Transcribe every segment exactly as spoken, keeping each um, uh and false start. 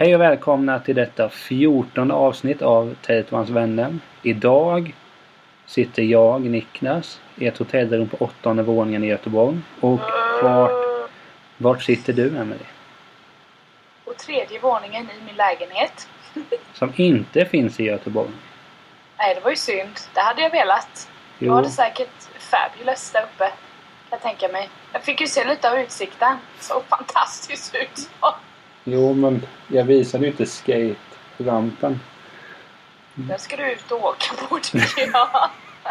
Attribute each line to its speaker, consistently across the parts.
Speaker 1: Hej och välkomna till detta fjortonde avsnitt av Tätortens vänner. Idag sitter jag, Niklas, i ett hotellrum på åttonde våningen i Göteborg. Och vart, vart sitter du, Emelie?
Speaker 2: På tredje våningen i min lägenhet.
Speaker 1: Som inte finns i Göteborg.
Speaker 2: Nej, det var ju synd. Det hade jag velat.
Speaker 1: Jo.
Speaker 2: Jag hade säkert fabulous där uppe. Kan jag tänka mig. Jag fick ju se lite av utsikten. Så fantastiskt ut.
Speaker 1: Jo, men jag visade ju inte skate-rampen.
Speaker 2: Den ska du ut och åka på, tycker jag.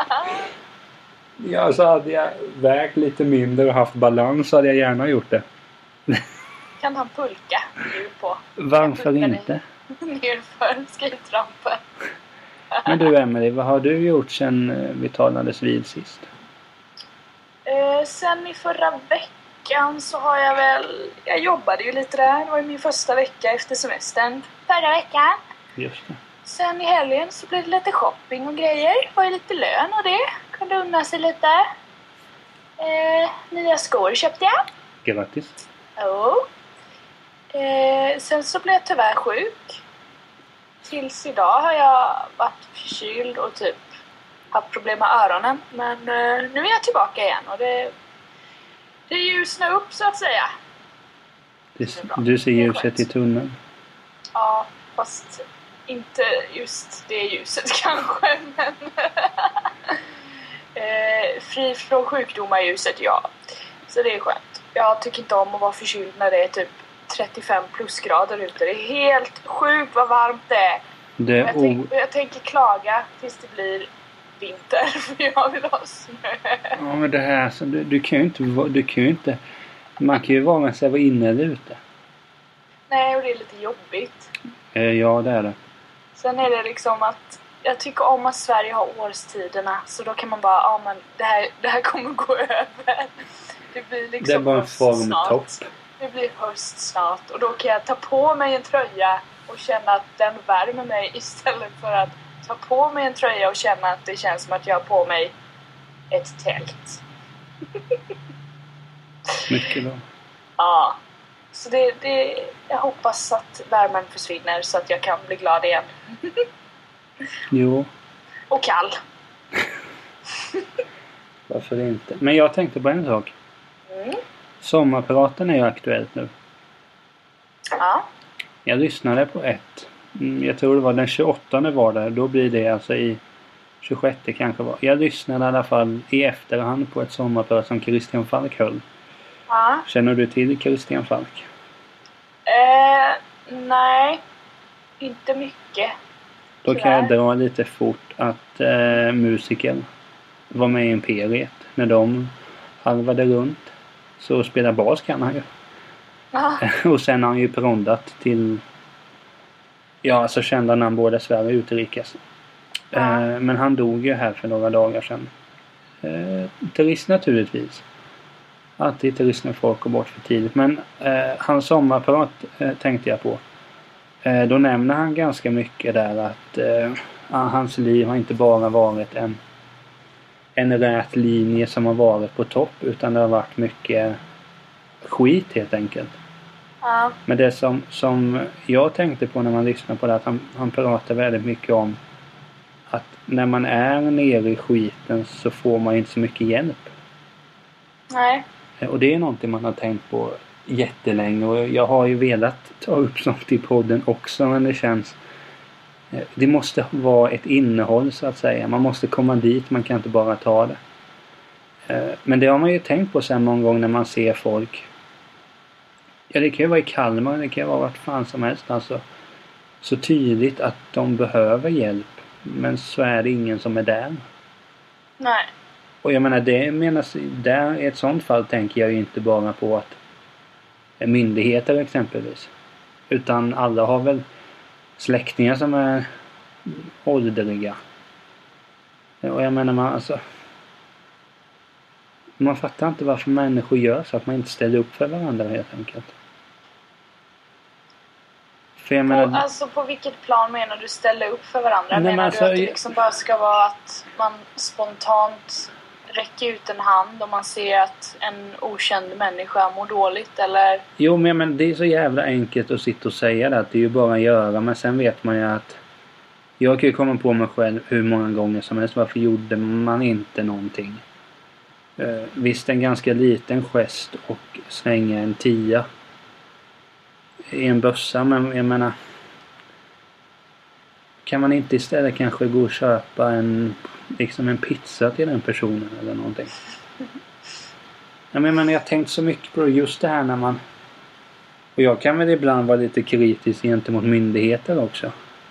Speaker 1: Ja, så hade jag vägt lite mindre och haft balans så hade jag gärna gjort det.
Speaker 2: Kan han pulka nu på?
Speaker 1: Varför inte?
Speaker 2: Nerför skate-rampen.
Speaker 1: Men du, Emelie, vad har du gjort sen vi talades vid sist?
Speaker 2: Eh, sen i förra veckan så har jag väl... Jag jobbade ju lite där. Det var ju min första vecka efter semestern. Förra veckan.
Speaker 1: Just det.
Speaker 2: Sen i helgen så blev det lite shopping och grejer. Det var ju lite lön och det. Kunde unna sig lite. Eh, nya skor köpte jag.
Speaker 1: Grattis.
Speaker 2: Oh. Eh, sen så blev jag tyvärr sjuk. Tills idag har jag varit förkyld och typ haft problem med öronen. Men eh, nu är jag tillbaka igen och det, det ljusnar upp så att säga.
Speaker 1: Det, du ser ljuset i tunneln.
Speaker 2: Ja, fast inte just det ljuset kanske. Men eh, fri från sjukdomar ljuset, ja. Så det är skönt. Jag tycker inte om att vara förkyld när det är typ trettiofem plusgrader ute. Det är helt sjukt vad varmt det är.
Speaker 1: Det är
Speaker 2: jag, tänk, jag tänker klaga tills det blir vinter. För jag vill ha snö.
Speaker 1: Ja, men det här så du, du kan ju inte du kan ju inte man kan ju vara sig vara inne eller ute.
Speaker 2: Nej, och det är lite jobbigt.
Speaker 1: Eh, ja, det är det.
Speaker 2: Sen är det liksom att jag tycker om att Sverige har årstiderna. Så då kan man bara, ja men det här, det här kommer gå över. Det blir liksom
Speaker 1: det är bara en formtopp.
Speaker 2: Det blir höst snart och då kan jag ta på mig en tröja och känna att den värmer mig istället för att ta på mig en tröja och känna att det känns som att jag har på mig ett tält.
Speaker 1: Mycket bra.
Speaker 2: Ja, så det, det, jag hoppas att värmen försvinner så att jag kan bli glad igen.
Speaker 1: Jo.
Speaker 2: Och kall.
Speaker 1: Varför inte? Men jag tänkte på en sak.
Speaker 2: Mm.
Speaker 1: Sommarpraten är ju aktuellt nu.
Speaker 2: Ja.
Speaker 1: Jag lyssnade på ett. Jag tror det var den tjugoåttonde var det. Då blir det alltså i tjugosjätte kanske var. Jag lyssnade i alla fall i efterhand på ett sommarprat som Christian Falk höll.
Speaker 2: Ja.
Speaker 1: Känner du till Christian Falk?
Speaker 2: Eh, nej. Inte mycket.
Speaker 1: Då kan jag dra lite fort att eh, musiker var med i Imperiet. När de halvade runt. Så spelar bas kan han ju.
Speaker 2: Ja.
Speaker 1: Och sen har han ju prondat till ja, alltså kända namn både Sverige och utrikes.
Speaker 2: Ja.
Speaker 1: Eh, men han dog ju här för några dagar sedan. Eh, turist naturligtvis. Alltid turist när folk går bort för tidigt. Men eh, hans sommarprat eh, tänkte jag på. Eh, då nämner han ganska mycket där att eh, hans liv har inte bara varit en en rät linje som har varit på topp, utan det har varit mycket skit helt enkelt.
Speaker 2: Ja.
Speaker 1: Men det som, som jag tänkte på när man lyssnar på det, att han, han pratar väldigt mycket om att när man är nere i skiten så får man inte så mycket hjälp.
Speaker 2: Nej.
Speaker 1: Och det är någonting man har tänkt på jättelänge, och jag har ju velat ta upp sånt i podden också, men det känns det måste vara ett innehåll så att säga. Man måste komma dit, man kan inte bara ta det. Men det har man ju tänkt på sen någon gång när man ser folk. Ja, det kan ju vara i Kalmar, det kan ju vara vart fan som helst. Alltså, så tydligt att de behöver hjälp. Men så är det ingen som är där.
Speaker 2: Nej.
Speaker 1: Och jag menar, det menas, där i ett sånt fall tänker jag ju inte bara på att myndigheter exempelvis. Utan alla har väl släktingar som är åldriga. Och jag menar man alltså man fattar inte varför människor gör så att man inte ställer upp för varandra helt enkelt. För jag menar,
Speaker 2: på, alltså på vilket plan menar du ställa upp för varandra?
Speaker 1: Nej,
Speaker 2: menar
Speaker 1: men alltså,
Speaker 2: du att det liksom bara ska vara att man spontant räcka ut en hand om man ser att en okänd människa mår dåligt, eller?
Speaker 1: Jo, men, men det är så jävla enkelt att sitta och säga det. Att det är ju bara att göra. Men sen vet man ju att jag kan ju komma på mig själv hur många gånger som helst. Varför gjorde man inte någonting? Uh, visst, en ganska liten gest och slänga en tia i en bössa, men jag menar, kan man inte istället kanske gå och köpa en liksom en pizza till den personen eller någonting? Ja, men jag menar, jag har tänkt så mycket på just det här när man, och jag kan väl ibland vara lite kritisk gentemot myndigheter också.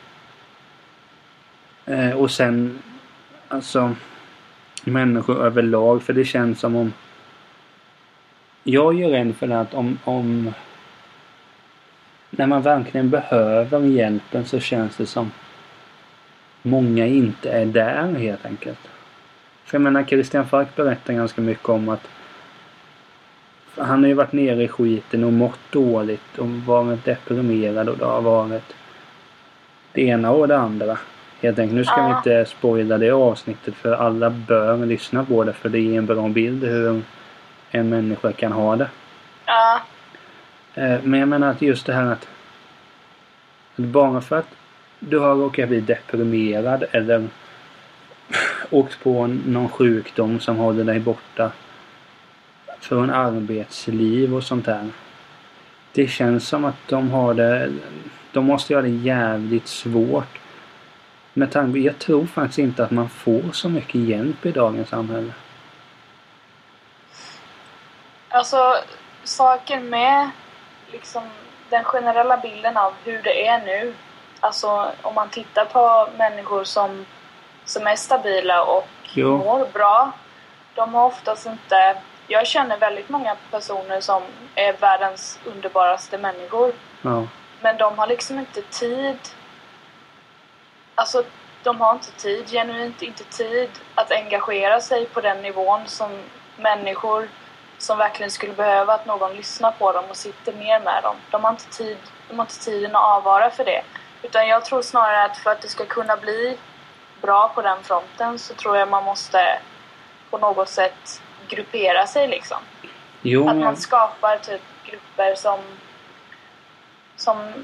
Speaker 1: Uh, och sen alltså människor överlag, för det känns som om jag är rädd för det att om, om när man verkligen behöver hjälpen så känns det som många inte är där helt enkelt. För jag menar, Christian Falk berättar ganska mycket om att han har ju varit nere i skiten och mått dåligt och varit deprimerad, och det har varit det ena och det andra. Helt enkelt. Nu ska ja. vi inte spoila det avsnittet, för alla bör lyssna på det, för det ger en bra bild hur en människa kan ha det.
Speaker 2: Ja.
Speaker 1: Men jag menar att just det här att, att bara för att du har råkat bli deprimerad eller åkt på någon sjukdom som håller dig borta från arbetsliv och sånt där. Det känns som att de har det, de måste göra det jävligt svårt. Med tanke, jag tror faktiskt inte att man får så mycket hjälp i dagens samhälle.
Speaker 2: Alltså, saken med liksom den generella bilden av hur det är nu. Alltså, om man tittar på människor som, som är stabila och jo. mår bra. De har oftast inte... Jag känner väldigt många personer som är världens underbaraste människor.
Speaker 1: Ja.
Speaker 2: Men de har liksom inte tid... Alltså, de har inte tid, genuint inte tid att engagera sig på den nivån som människor som verkligen skulle behöva att någon lyssnar på dem och sitter ner med dem. De har inte tid, de har inte tiden att avvara för det. Utan jag tror snarare att för att det ska kunna bli bra på den fronten så tror jag man måste på något sätt gruppera sig liksom.
Speaker 1: Jo,
Speaker 2: att
Speaker 1: men...
Speaker 2: man skapar typ grupper som som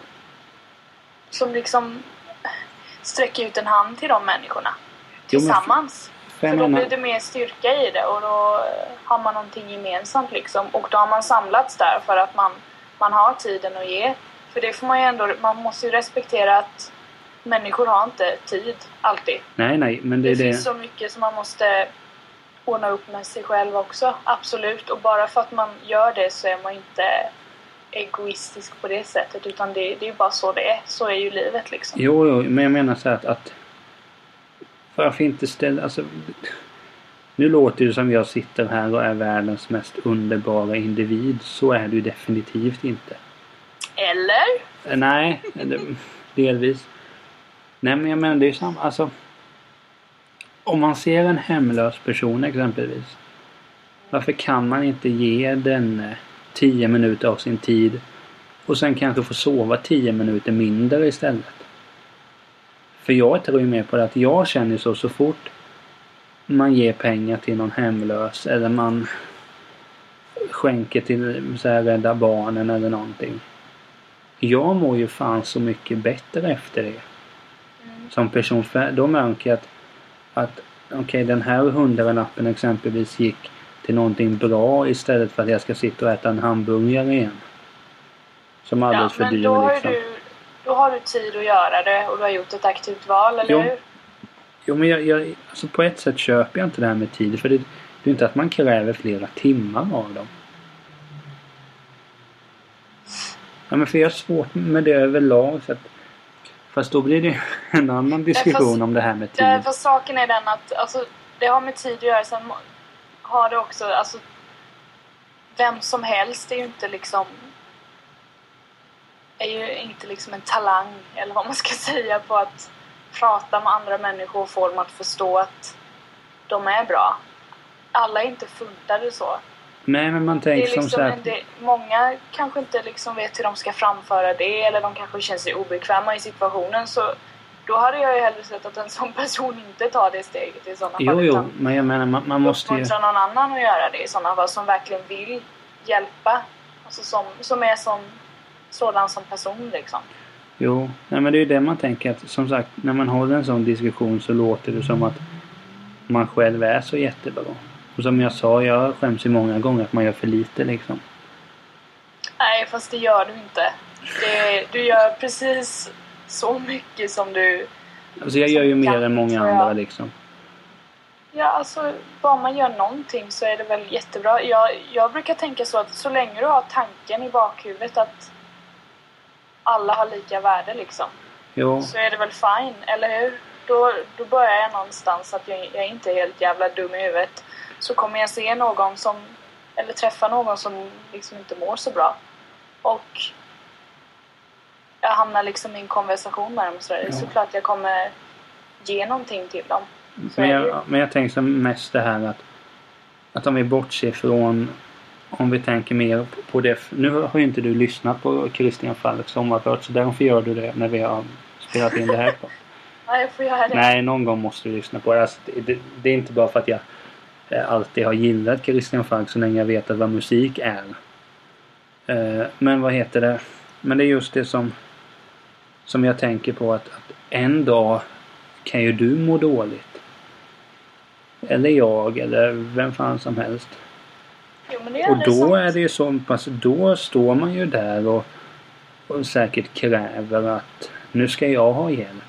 Speaker 2: som liksom sträcker ut en hand till de människorna tillsammans.
Speaker 1: Jo,
Speaker 2: men... För då blir det mer styrka i det och då har man någonting gemensamt liksom. Och då har man samlats där för att man, man har tiden att ge. För det får man ju ändå, man måste ju respektera att människor har inte tid alltid.
Speaker 1: Nej, nej, men det,
Speaker 2: det
Speaker 1: är det.
Speaker 2: finns så mycket som man måste ordna upp med sig själv också, absolut. Och bara för att man gör det så är man inte egoistisk på det sättet, utan det, det är ju bara så det är. Så är ju livet liksom.
Speaker 1: Jo, jo, men jag menar så här att, att varför inte ställa, alltså nu låter det som jag sitter här och är världens mest underbara individ. Så är det ju definitivt inte.
Speaker 2: Eller?
Speaker 1: Nej, delvis. Nej, men jag menar det är ju samma, alltså om man ser en hemlös person exempelvis, varför kan man inte ge den tio minuter av sin tid och sen kanske få sova tio minuter mindre istället? För jag tror ju mer på det att jag känner så så fort man ger pengar till någon hemlös eller man skänker till så här Rädda Barnen eller någonting. Jag mår ju fan så mycket bättre efter det. Mm. Som person, för då märker jag att, att okej, okay, den här hundralappen exempelvis gick till någonting bra istället för att jag ska sitta och äta en hamburgare igen. Som alldeles ja, för dyr
Speaker 2: då
Speaker 1: liksom.
Speaker 2: Du, då har du tid att göra det och du har gjort ett aktivt val, eller
Speaker 1: jo.
Speaker 2: hur? Jo,
Speaker 1: men jag, jag, alltså på ett sätt köper jag inte det här med tid. För det, det är inte att man kräver flera timmar av dem. Ja, men för jag har svårt med det överlag. Så att, fast då blir det en annan diskussion fast, om det här med tid.
Speaker 2: För saken är den att alltså, det har med tid att göra. Sen har det också, alltså vem som helst är ju inte liksom är ju inte liksom en talang eller vad man ska säga på att prata med andra människor och få dem att förstå att de är bra. Alla är inte funtade så.
Speaker 1: Nej, men man tänker
Speaker 2: liksom
Speaker 1: som så här...
Speaker 2: det, många kanske inte liksom vet hur de ska framföra det, eller de kanske känner sig obekväma i situationen, så då hade jag ju hellre sett att en sån person inte tar det steget i sådana
Speaker 1: jo,
Speaker 2: fall.
Speaker 1: Jo, men jag menar man, man måste ju...
Speaker 2: uppmuntra någon annan att göra det i sådana fall som verkligen vill hjälpa. Alltså som, som är som sådan som person liksom.
Speaker 1: Jo, nej, men det är ju det man tänker att som sagt, när man håller en sån diskussion så låter det som att man själv är så jättebra. Och som jag sa, jag skäms ju många gånger att man gör för lite liksom.
Speaker 2: Nej, fast det gör du inte. Det, du gör precis så mycket som du...
Speaker 1: Alltså jag gör ju mer
Speaker 2: kan,
Speaker 1: än många
Speaker 2: jag.
Speaker 1: andra liksom.
Speaker 2: Ja, alltså bara man gör någonting så är det väl jättebra. Jag, jag brukar tänka så att så länge du har tanken i bakhuvudet att alla har lika värde liksom.
Speaker 1: Jo.
Speaker 2: Så är det väl fine, eller hur? Då, då börjar jag någonstans att jag, jag inte är helt jävla dum i huvudet. Så kommer jag se någon som, eller träffa någon som liksom inte mår så bra. Och jag hamnar liksom i en konversation med dem så är det
Speaker 1: Ja.
Speaker 2: såklart jag kommer ge någonting till dem. Så
Speaker 1: Men
Speaker 2: är det ju.
Speaker 1: jag, men jag tänker som mest det här att, att om vi bortser från, om vi tänker mer på, på det. Nu har ju inte du lyssnat på Christian Falks sommarprat, så därför gör du det när vi har spelat in det här på.
Speaker 2: Ja, jag får göra det.
Speaker 1: Nej, någon gång måste du lyssna på det. Alltså, det, det. Det är inte bara för att jag eh, alltid har gillat Christian Falk så länge jag vet att vad musik är. Eh, men vad heter det? Men det är just det som som jag tänker på att, att en dag kan ju du må dåligt. Eller jag, eller vem fan som helst.
Speaker 2: Jo, men det är
Speaker 1: Och då
Speaker 2: sant.
Speaker 1: är det ju så pass, då står man ju där och, och säkert kräver att nu ska jag ha hjälp.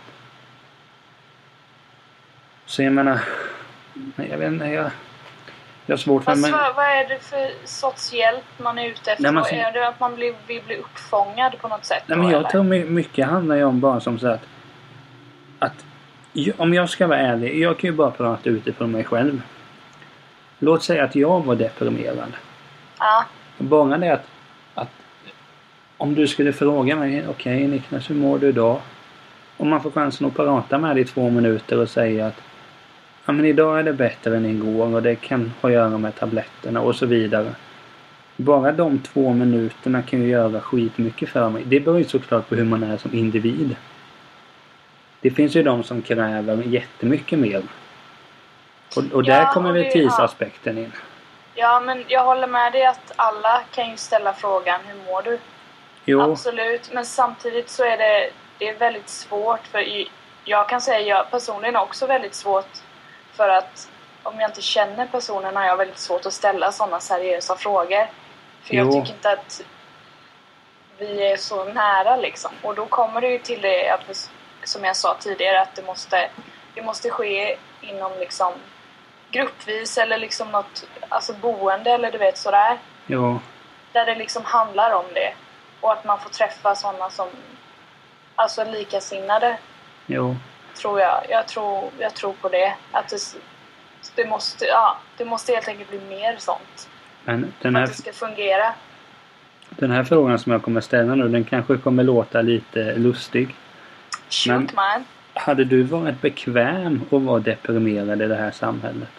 Speaker 1: Så jag menar, jag vet inte, jag, jag har svårt för
Speaker 2: Fast
Speaker 1: men,
Speaker 2: vad, vad är det för sorts hjälp man är ute efter?
Speaker 1: Nej, man-
Speaker 2: Är det att man blir, vill bli uppfångad på något sätt?
Speaker 1: nej,
Speaker 2: då,
Speaker 1: men jag
Speaker 2: eller?
Speaker 1: tror my- mycket handlar ju om bara som så att, att ju- om jag ska vara ärlig, jag kan ju bara prata utifrån mig själv. Låt säga att jag var deprimerad.
Speaker 2: Ja,
Speaker 1: Bara det att, att om du skulle fråga mig, okej okay, Niklas, hur mår du idag? Om man får chansen att prata med dig i två minuter och säga att ja, men idag är det bättre än igår och det kan ha att göra med tabletterna och så vidare. Bara de två minuterna kan ju göra skitmycket för mig. Det beror ju såklart på hur man är som individ. Det finns ju de som kräver jättemycket mer. Och, och där
Speaker 2: Ja,
Speaker 1: kommer
Speaker 2: och
Speaker 1: väl
Speaker 2: det-
Speaker 1: tidsaspekten in.
Speaker 2: ja, men jag håller med dig att alla kan ju ställa frågan, hur mår du?
Speaker 1: Jo,
Speaker 2: Absolut, men samtidigt så är det, det är väldigt svårt för i- jag kan säga jag personligen är också väldigt svårt för att om jag inte känner personen har jag väldigt svårt att ställa sådana seriösa frågor. För jag
Speaker 1: Jo.
Speaker 2: tycker inte att vi är så nära liksom. Och då kommer det ju till det att, som jag sa tidigare, att det måste, det måste ske inom liksom gruppvis eller liksom något, alltså boende eller du vet sådär.
Speaker 1: jo,
Speaker 2: Där det liksom handlar om det. Och att man får träffa sådana som, alltså likasinnade,
Speaker 1: jo.
Speaker 2: tror jag. Jag tror, jag tror på det. Att det, det måste, ja, det måste helt enkelt bli mer sånt.
Speaker 1: Men den
Speaker 2: För
Speaker 1: här,
Speaker 2: att det ska fungera.
Speaker 1: den här frågan som jag kommer ställa nu, den kanske kommer låta lite lustig.
Speaker 2: Shoot
Speaker 1: Men-
Speaker 2: man.
Speaker 1: Hade du varit bekväm att vara deprimerad i det här samhället?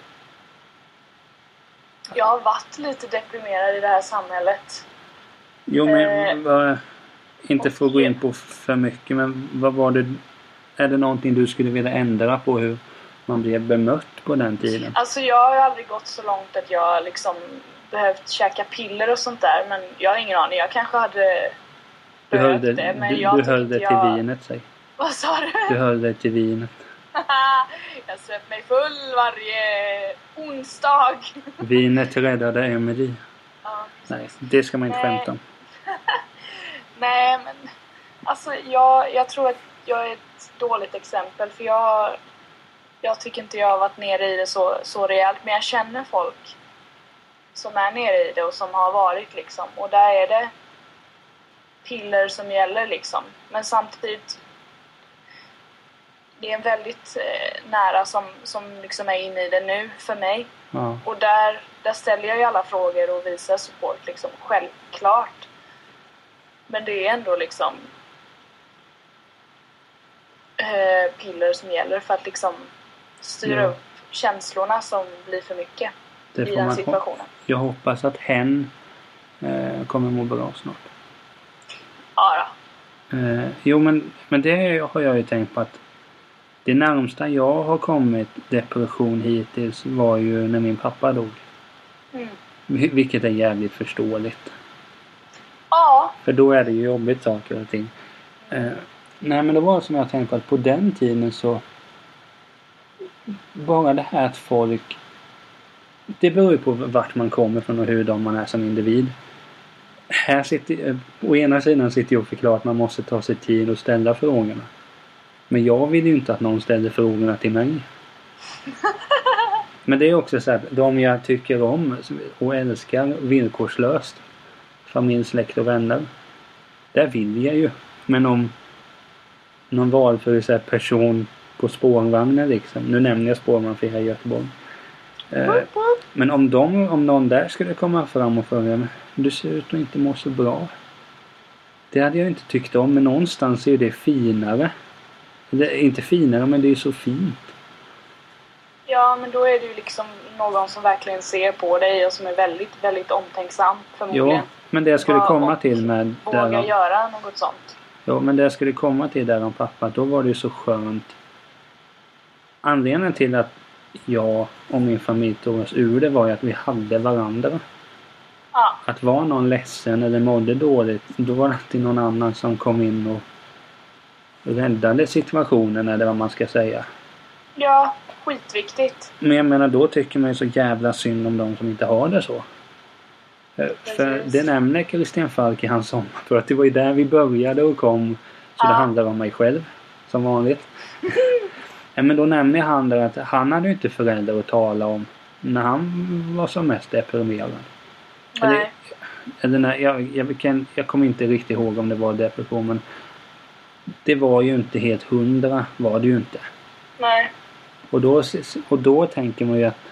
Speaker 2: Jag har varit lite deprimerad i det här samhället.
Speaker 1: Jo,
Speaker 2: Eh,
Speaker 1: men vad, inte för att gå in på för mycket, men vad var det, är det någonting du skulle vilja ändra på hur man blev bemött på den tiden?
Speaker 2: Alltså jag har ju aldrig gått så långt att jag liksom behövt käka piller och sånt där. Men jag har ingen aning. Jag kanske hade
Speaker 1: Du höll
Speaker 2: behövt
Speaker 1: det,
Speaker 2: det. Men
Speaker 1: du,
Speaker 2: jag
Speaker 1: du
Speaker 2: tycker
Speaker 1: höll
Speaker 2: inte
Speaker 1: det till
Speaker 2: jag...
Speaker 1: vinet, säg.
Speaker 2: Vad sa du?
Speaker 1: Du höll det till vinet.
Speaker 2: Jag söp mig full varje onsdag.
Speaker 1: Vinet räddade Emily.
Speaker 2: Ja,
Speaker 1: Nej, det ska man inte
Speaker 2: Nej.
Speaker 1: skämta om.
Speaker 2: Nej, men alltså jag, jag tror att jag är ett dåligt exempel. För jag, jag tycker inte jag har varit nere i det så, så rejält. Men jag känner folk som är nere i det och som har varit liksom. Och där är det piller som gäller liksom. Men samtidigt, det är en väldigt eh, nära som, som liksom är inne i det nu för mig.
Speaker 1: Ja,
Speaker 2: Och där, där ställer jag ju alla frågor och visar support liksom, självklart. Men det är ändå liksom eh, piller som gäller för att liksom styra
Speaker 1: Ja.
Speaker 2: upp känslorna som blir för mycket
Speaker 1: det
Speaker 2: i
Speaker 1: får
Speaker 2: den
Speaker 1: man.
Speaker 2: situationen.
Speaker 1: Jag hoppas att hen eh, kommer må bra snart.
Speaker 2: Ja då.
Speaker 1: Eh, jo, men, men det har jag ju tänkt på att Det närmsta jag har kommit depression hittills var ju när min pappa dog.
Speaker 2: Mm.
Speaker 1: Vilket är jävligt förståeligt.
Speaker 2: Ja.
Speaker 1: För då är det ju jobbigt saker och ting. Eh, nej men det var som jag tänkte på att på den tiden så bara det här att folk, det beror ju på vart man kommer från och hur man är som individ. Här sitter, å ena sidan sitter jag och förklarar att man måste ta sig tid och ställa frågorna. Men jag vill ju inte att någon ställer frågorna till mig. Men det är också så att de jag tycker om och älskar villkorslöst, familj, släkt och vänner, där vill jag ju. Men om någon valför person på spårvagnen liksom, nu nämner jag spårvagn för jag är i Göteborg. Eh, men om, de, om någon där skulle komma fram och fråga, du ser ut att inte må så bra. Det hade jag inte tyckt om, men någonstans är det finare. Det är inte finare, men det är så fint.
Speaker 2: Ja, men då är det ju liksom någon som verkligen ser på dig och som är väldigt, väldigt omtänksam förmodligen.
Speaker 1: Jo, men det jag skulle komma till med...
Speaker 2: Våga
Speaker 1: där,
Speaker 2: göra något sånt.
Speaker 1: Jo, men det jag skulle komma till där om pappa, då var det ju så skönt. Anledningen till att jag och min familj tog oss ur det var ju att vi hade varandra.
Speaker 2: Ja.
Speaker 1: Att vara någon ledsen eller mådde dåligt, då var det alltid någon annan som kom in och räddade situationen, eller vad man ska säga.
Speaker 2: Ja, skitviktigt.
Speaker 1: Men jag menar, då tycker man ju så jävla synd om de som inte har det så. Precis. För det nämner Christian Falk i hans sommar. För att det var ju där vi började och kom. Så ja. Det handlar om mig själv. Som vanligt. Ja, men då nämner han där att han hade ju inte föräldrar att tala om när han var som mest deprimerad.
Speaker 2: Nej.
Speaker 1: Eller, eller när, jag, jag, kan, jag kommer inte riktigt ihåg om det var depression, men det var ju inte helt hundra, var det ju inte.
Speaker 2: Nej.
Speaker 1: Och då, och då tänker man ju att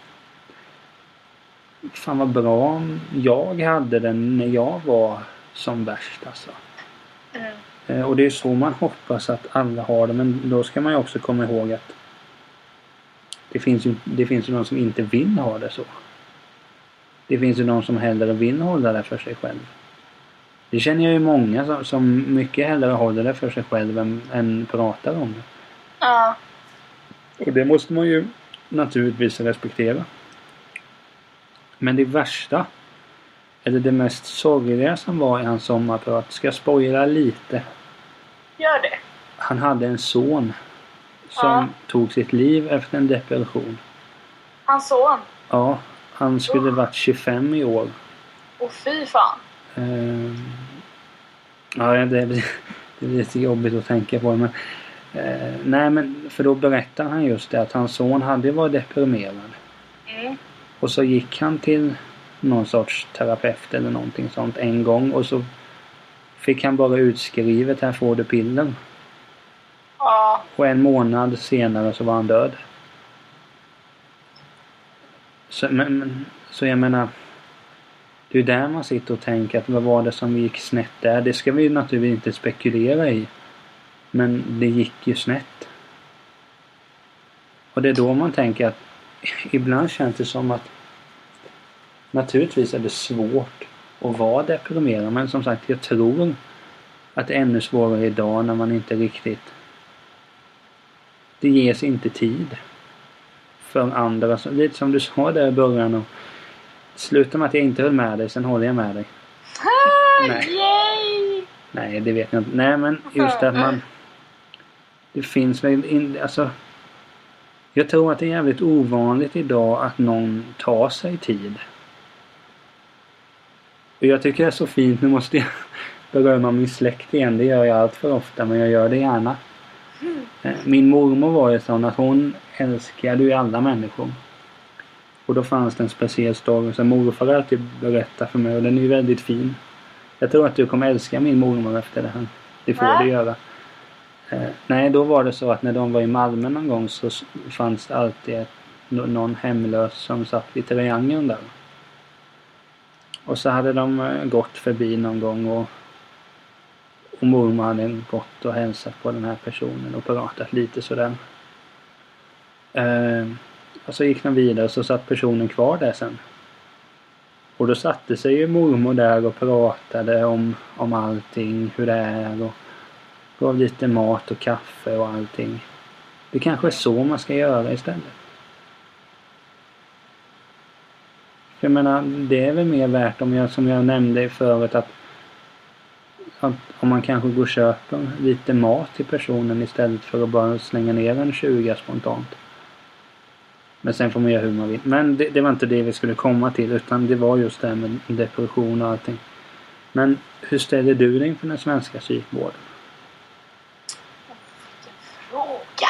Speaker 1: fan vad bra om jag hade den när jag var som värst alltså.
Speaker 2: Mm.
Speaker 1: Eh, och det är så man hoppas att alla har det, men då ska man ju också komma ihåg att det finns ju, det finns ju någon som inte vill ha det så. Det finns ju någon som hellre vill hålla det för sig själv. Det känner jag ju många som, som mycket hellre håller det för sig själv än, än pratar om det.
Speaker 2: Ja.
Speaker 1: Och det måste man ju naturligtvis respektera. Men det värsta, eller det mest sorgliga som var i hans sommarprat, ska jag spoila lite.
Speaker 2: Gör det.
Speaker 1: Han hade en son som ja. tog sitt liv efter en depression.
Speaker 2: Hans son?
Speaker 1: Ja, han skulle
Speaker 2: oh.
Speaker 1: varit tjugofem i år.
Speaker 2: Åh fy fan.
Speaker 1: Uh, ja, det blir, det blir lite jobbigt att tänka på, men Uh, nej, men för då berättar han just det att hans son hade varit deprimerad.
Speaker 2: Mm.
Speaker 1: Och så gick han till någon sorts terapeut eller någonting sånt en gång, och så fick han bara utskrivet, här får du pillen.
Speaker 2: Ja.
Speaker 1: Och en månad senare så var han död. Så, men, men, så jag menar, det är där man sitter och tänker att vad var det som gick snett där? Det ska vi ju naturligtvis inte spekulera i. Men det gick ju snett. Och det är då man tänker att ibland känns det som att naturligtvis är det svårt att vara deprimerad. Men som sagt, jag tror att det är ännu svårare idag när man inte riktigt... Det ges inte tid för andra. Så, lite som du sa där i början. Och sluta med att jag inte höll med dig, sen håller jag med dig. Nej.
Speaker 2: Yay!
Speaker 1: Nej, det vet jag inte. Nej, men just att man... Det finns väl in, alltså, jag tror att det är jävligt ovanligt idag att någon tar sig tid. Och jag tycker det är så fint, nu måste jag berömma min släkt igen, det gör jag allt för ofta, men jag gör det gärna. Min mormor var ju sån att hon älskade ju alla människor. Och då fanns det en speciell story som morfar alltid berättar för mig, och den är ju väldigt fin. Jag tror att du kommer älska min mormor efter det här. Det får
Speaker 2: Nej.
Speaker 1: du göra. Eh, nej, då var det så att när de var i Malmö någon gång så fanns det alltid ett, någon hemlös som satt vid triangeln där. Och så hade de eh, gått förbi någon gång och, och mormor hade gått och hälsat på den här personen och pratat lite sådär. Eh, och så gick de vidare och så satt personen kvar där sen. Och då satte sig ju mormor där och pratade om, om allting, hur det är, och gav lite mat och kaffe och allting. Det kanske är så man ska göra istället. För jag menar, det är väl mer värt om jag, som jag nämnde förut, att, att om man kanske går och köper lite mat till personen istället för att bara slänga ner en tjugo spontant. Men sen får man göra hur man vill. Men det, det var inte det vi skulle komma till, utan det var just det här med depression och allting. Men hur ställer du dig inför den svenska psykvården?
Speaker 2: Vilken fråga!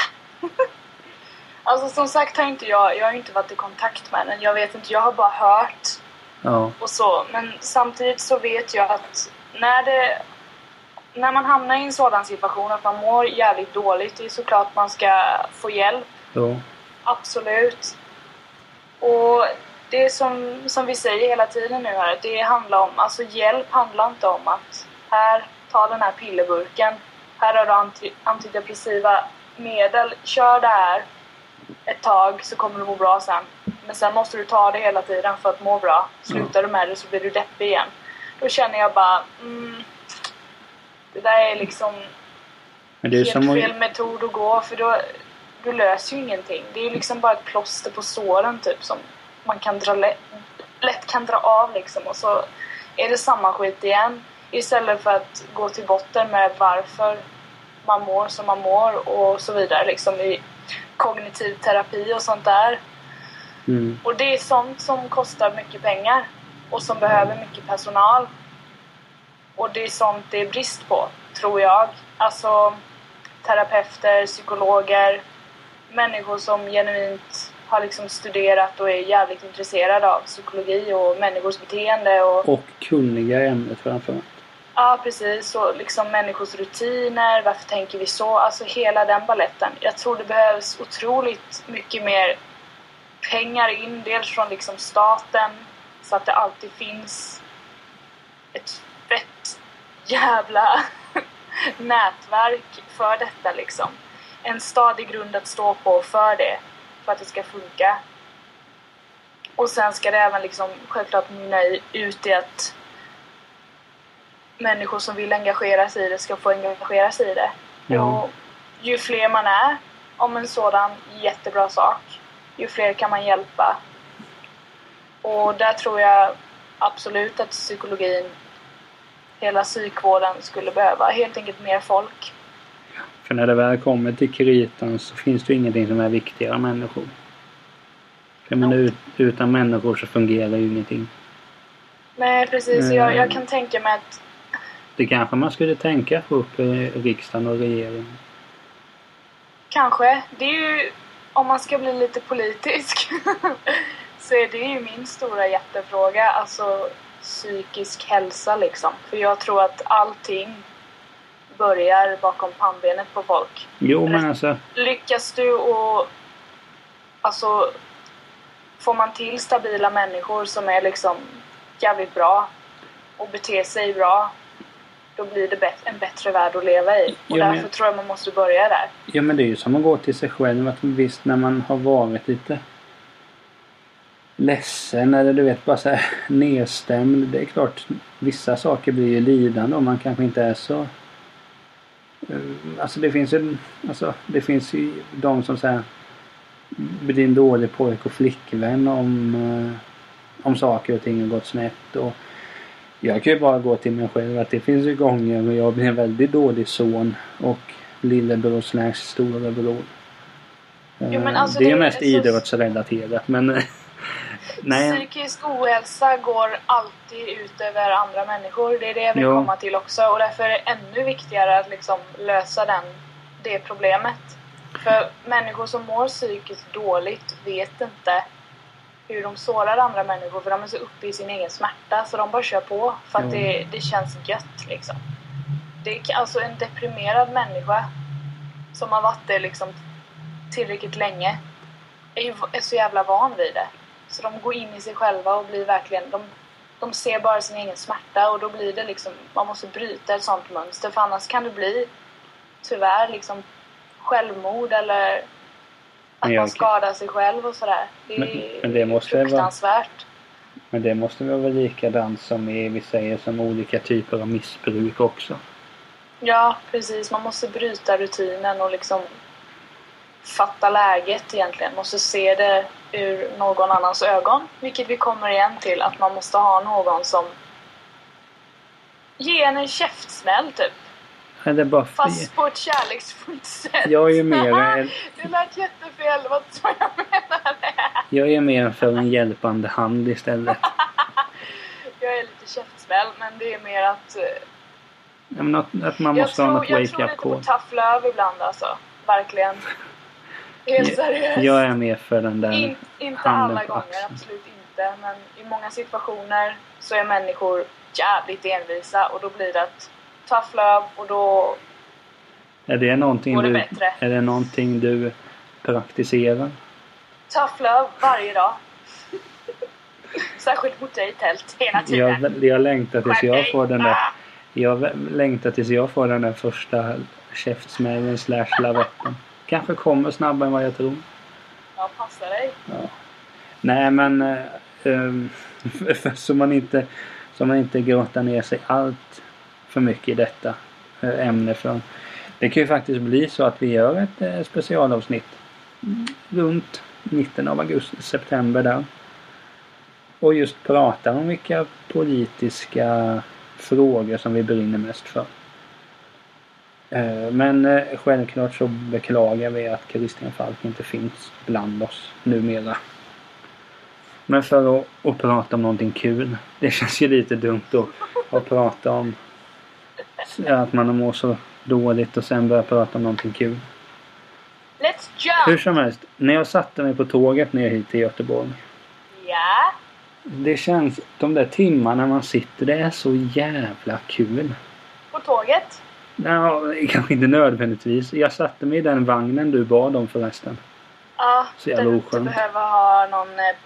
Speaker 2: Alltså som sagt har inte jag, jag har inte varit i kontakt med den. Jag vet inte, jag har bara hört.
Speaker 1: Ja.
Speaker 2: Och så. Men samtidigt så vet jag att när det när man hamnar i en sådan situation att man mår jävligt dåligt, det är såklart man ska få hjälp.
Speaker 1: Ja.
Speaker 2: Absolut. Och det som, som vi säger hela tiden nu här, det handlar om, alltså hjälp handlar inte om att här, ta den här pillerburken, här har du anti, antidepressiva medel, kör det här ett tag så kommer du må bra sen. Men sen måste du ta det hela tiden för att må bra. Slutar du med det så blir du deppig igen. Då känner jag bara, mm, det där är liksom
Speaker 1: Men det är
Speaker 2: helt
Speaker 1: som
Speaker 2: fel
Speaker 1: att...
Speaker 2: metod att gå, för då du löser ju ingenting. Det är ju liksom bara ett plåster på såren typ som man kan dra lätt, lätt kan dra av liksom, och så är det samma skit igen istället för att gå till botten med varför man mår som man mår och så vidare liksom i kognitiv terapi och sånt där.
Speaker 1: Mm.
Speaker 2: Och det är sånt som kostar mycket pengar och som behöver mycket personal. Och det är sånt det är brist på, tror jag. Alltså terapeuter, psykologer, människor som genuint har liksom studerat och är jävligt intresserade av psykologi och människors beteende. Och,
Speaker 1: och kunniga i ämnet framförallt.
Speaker 2: Ja, precis. Och liksom människors rutiner, varför tänker vi så? Alltså hela den balletten. Jag tror det behövs otroligt mycket mer pengar in, dels från liksom staten, så att det alltid finns ett fett jävla nätverk för detta liksom. En stadig grund att stå på för det, för att det ska funka. Och sen ska det även liksom självklart mynna ut i att människor som vill engagera sig i det ska få engagera sig i det.
Speaker 1: Ja.
Speaker 2: Och ju fler man är om en sådan jättebra sak, ju fler kan man hjälpa. Och där tror jag absolut att psykologin, hela psykvården skulle behöva helt enkelt mer folk.
Speaker 1: För när det väl kommer till kritan så finns det ju ingenting som är viktigare än människor. För men ut, utan människor så fungerar ju ingenting.
Speaker 2: Nej, precis.
Speaker 1: Mm.
Speaker 2: Jag, jag kan tänka mig att
Speaker 1: det kanske man skulle tänka på upp i riksdagen och regeringen.
Speaker 2: Kanske. Det är ju, om man ska bli lite politisk, så är det ju min stora jättefråga. Alltså psykisk hälsa liksom. För jag tror att allting börjar bakom pannbenet på folk.
Speaker 1: Jo, men alltså...
Speaker 2: Lyckas du och alltså får man till stabila människor som är liksom jävligt bra och beter sig bra, då blir det bet- en bättre värld att leva i. Och
Speaker 1: jo,
Speaker 2: därför
Speaker 1: men...
Speaker 2: tror jag man måste börja där.
Speaker 1: Ja, men det är ju som att gå till sig själv. Att visst, när man har varit lite ledsen eller du vet bara så här nedstämd. Det är klart, vissa saker blir ju lidande och man kanske inte är så... Alltså det finns ju, alltså, det finns ju de som säger blir en dålig pojk och flickvän om, om saker och ting har gått snett. Och jag kan ju bara gå till mig själv att det finns ju gånger när jag blir en väldigt dålig son och lillebror slash storebror.
Speaker 2: Jo, men alltså
Speaker 1: det är
Speaker 2: det,
Speaker 1: mest
Speaker 2: så...
Speaker 1: idrottsrelaterat, men nej.
Speaker 2: Psykisk ohälsa går alltid ut över andra människor. Det är det jag vill
Speaker 1: jo.
Speaker 2: komma till också. Och därför är det ännu viktigare att liksom lösa den, det problemet. För människor som mår psykiskt dåligt vet inte hur de sårar andra människor. För de är så uppe i sin egen smärta. Så de bara kör på. För att det, det känns gött liksom. Det är alltså en deprimerad människa som har varit det liksom tillräckligt länge. Är ju är så jävla van vid det. Så de går in i sig själva och blir verkligen... De, de ser bara sin egen smärta. Och då blir det liksom... Man måste bryta ett sånt mönster. För annars kan det bli tyvärr liksom självmord eller att
Speaker 1: jag...
Speaker 2: man skadar sig själv och sådär. Det är
Speaker 1: men, men det måste
Speaker 2: fruktansvärt.
Speaker 1: Vara, men det måste vara likadant som i, vi säger, som olika typer av missbruk också.
Speaker 2: Ja, precis. Man måste bryta rutinen och liksom fatta läget egentligen. Måste se det ur någon annans ögon. Vilket vi kommer igen till. Att man måste ha någon som ger en en käftsmäll typ.
Speaker 1: Ja, det är bara
Speaker 2: fast på ett kärleksfullt sätt.
Speaker 1: Jag är ju mer...
Speaker 2: Det lät jättefel. Vad tror jag menar det?
Speaker 1: Jag är mer för en hjälpande hand istället.
Speaker 2: Jag är lite käftsmäll. Men det är mer att...
Speaker 1: Ja, men att, att man måste
Speaker 2: jag
Speaker 1: ha
Speaker 2: tror,
Speaker 1: något
Speaker 2: jag
Speaker 1: wake-up
Speaker 2: tror lite
Speaker 1: call.
Speaker 2: på tough love ibland alltså. Verkligen. Helt seriöst.
Speaker 1: Jag är med för den där
Speaker 2: In, inte
Speaker 1: handen
Speaker 2: alla
Speaker 1: på
Speaker 2: gånger,
Speaker 1: axeln.
Speaker 2: absolut inte. Men i många situationer så är människor jävligt envisa. Och då blir det ett tough love och då
Speaker 1: Är det någonting
Speaker 2: går det
Speaker 1: du,
Speaker 2: bättre.
Speaker 1: är det någonting du praktiserar?
Speaker 2: Tough love varje dag. Särskilt mot dig i tält hela tiden.
Speaker 1: Jag, jag längtar tills jag får den där...
Speaker 2: Ah!
Speaker 1: Jag längtar tills jag får den där första käftsmällen slash lavetten. Kanske kommer snabbare än vad jag tror.
Speaker 2: Ja, passa dig.
Speaker 1: Ja. Nej, men äh, äh, så man inte så man inte gråter ner sig allt för mycket i detta äh, ämne. För det kan ju faktiskt bli så att vi gör ett äh, specialavsnitt runt mitten av augusti, september där. Och just pratar om vilka politiska frågor som vi brinner mest för. Men självklart så beklagar vi att Christian Falk inte finns bland oss numera. Men för att, att prata om någonting kul. Det känns ju lite dumt att, att prata om att man mår så dåligt och sen börja prata om någonting kul.
Speaker 2: Let's jump!
Speaker 1: Hur som helst, när jag satte mig på tåget ner hit till Göteborg.
Speaker 2: Ja.
Speaker 1: Det känns, de där timmarna man sitter, det är så jävla kul.
Speaker 2: På tåget?
Speaker 1: Nej, kanske inte nödvändigtvis. Jag satte mig i den vagnen du bad om förresten.
Speaker 2: Ja,
Speaker 1: Så
Speaker 2: där
Speaker 1: jävla
Speaker 2: du inte
Speaker 1: oskönt.
Speaker 2: behöver ha någon eh,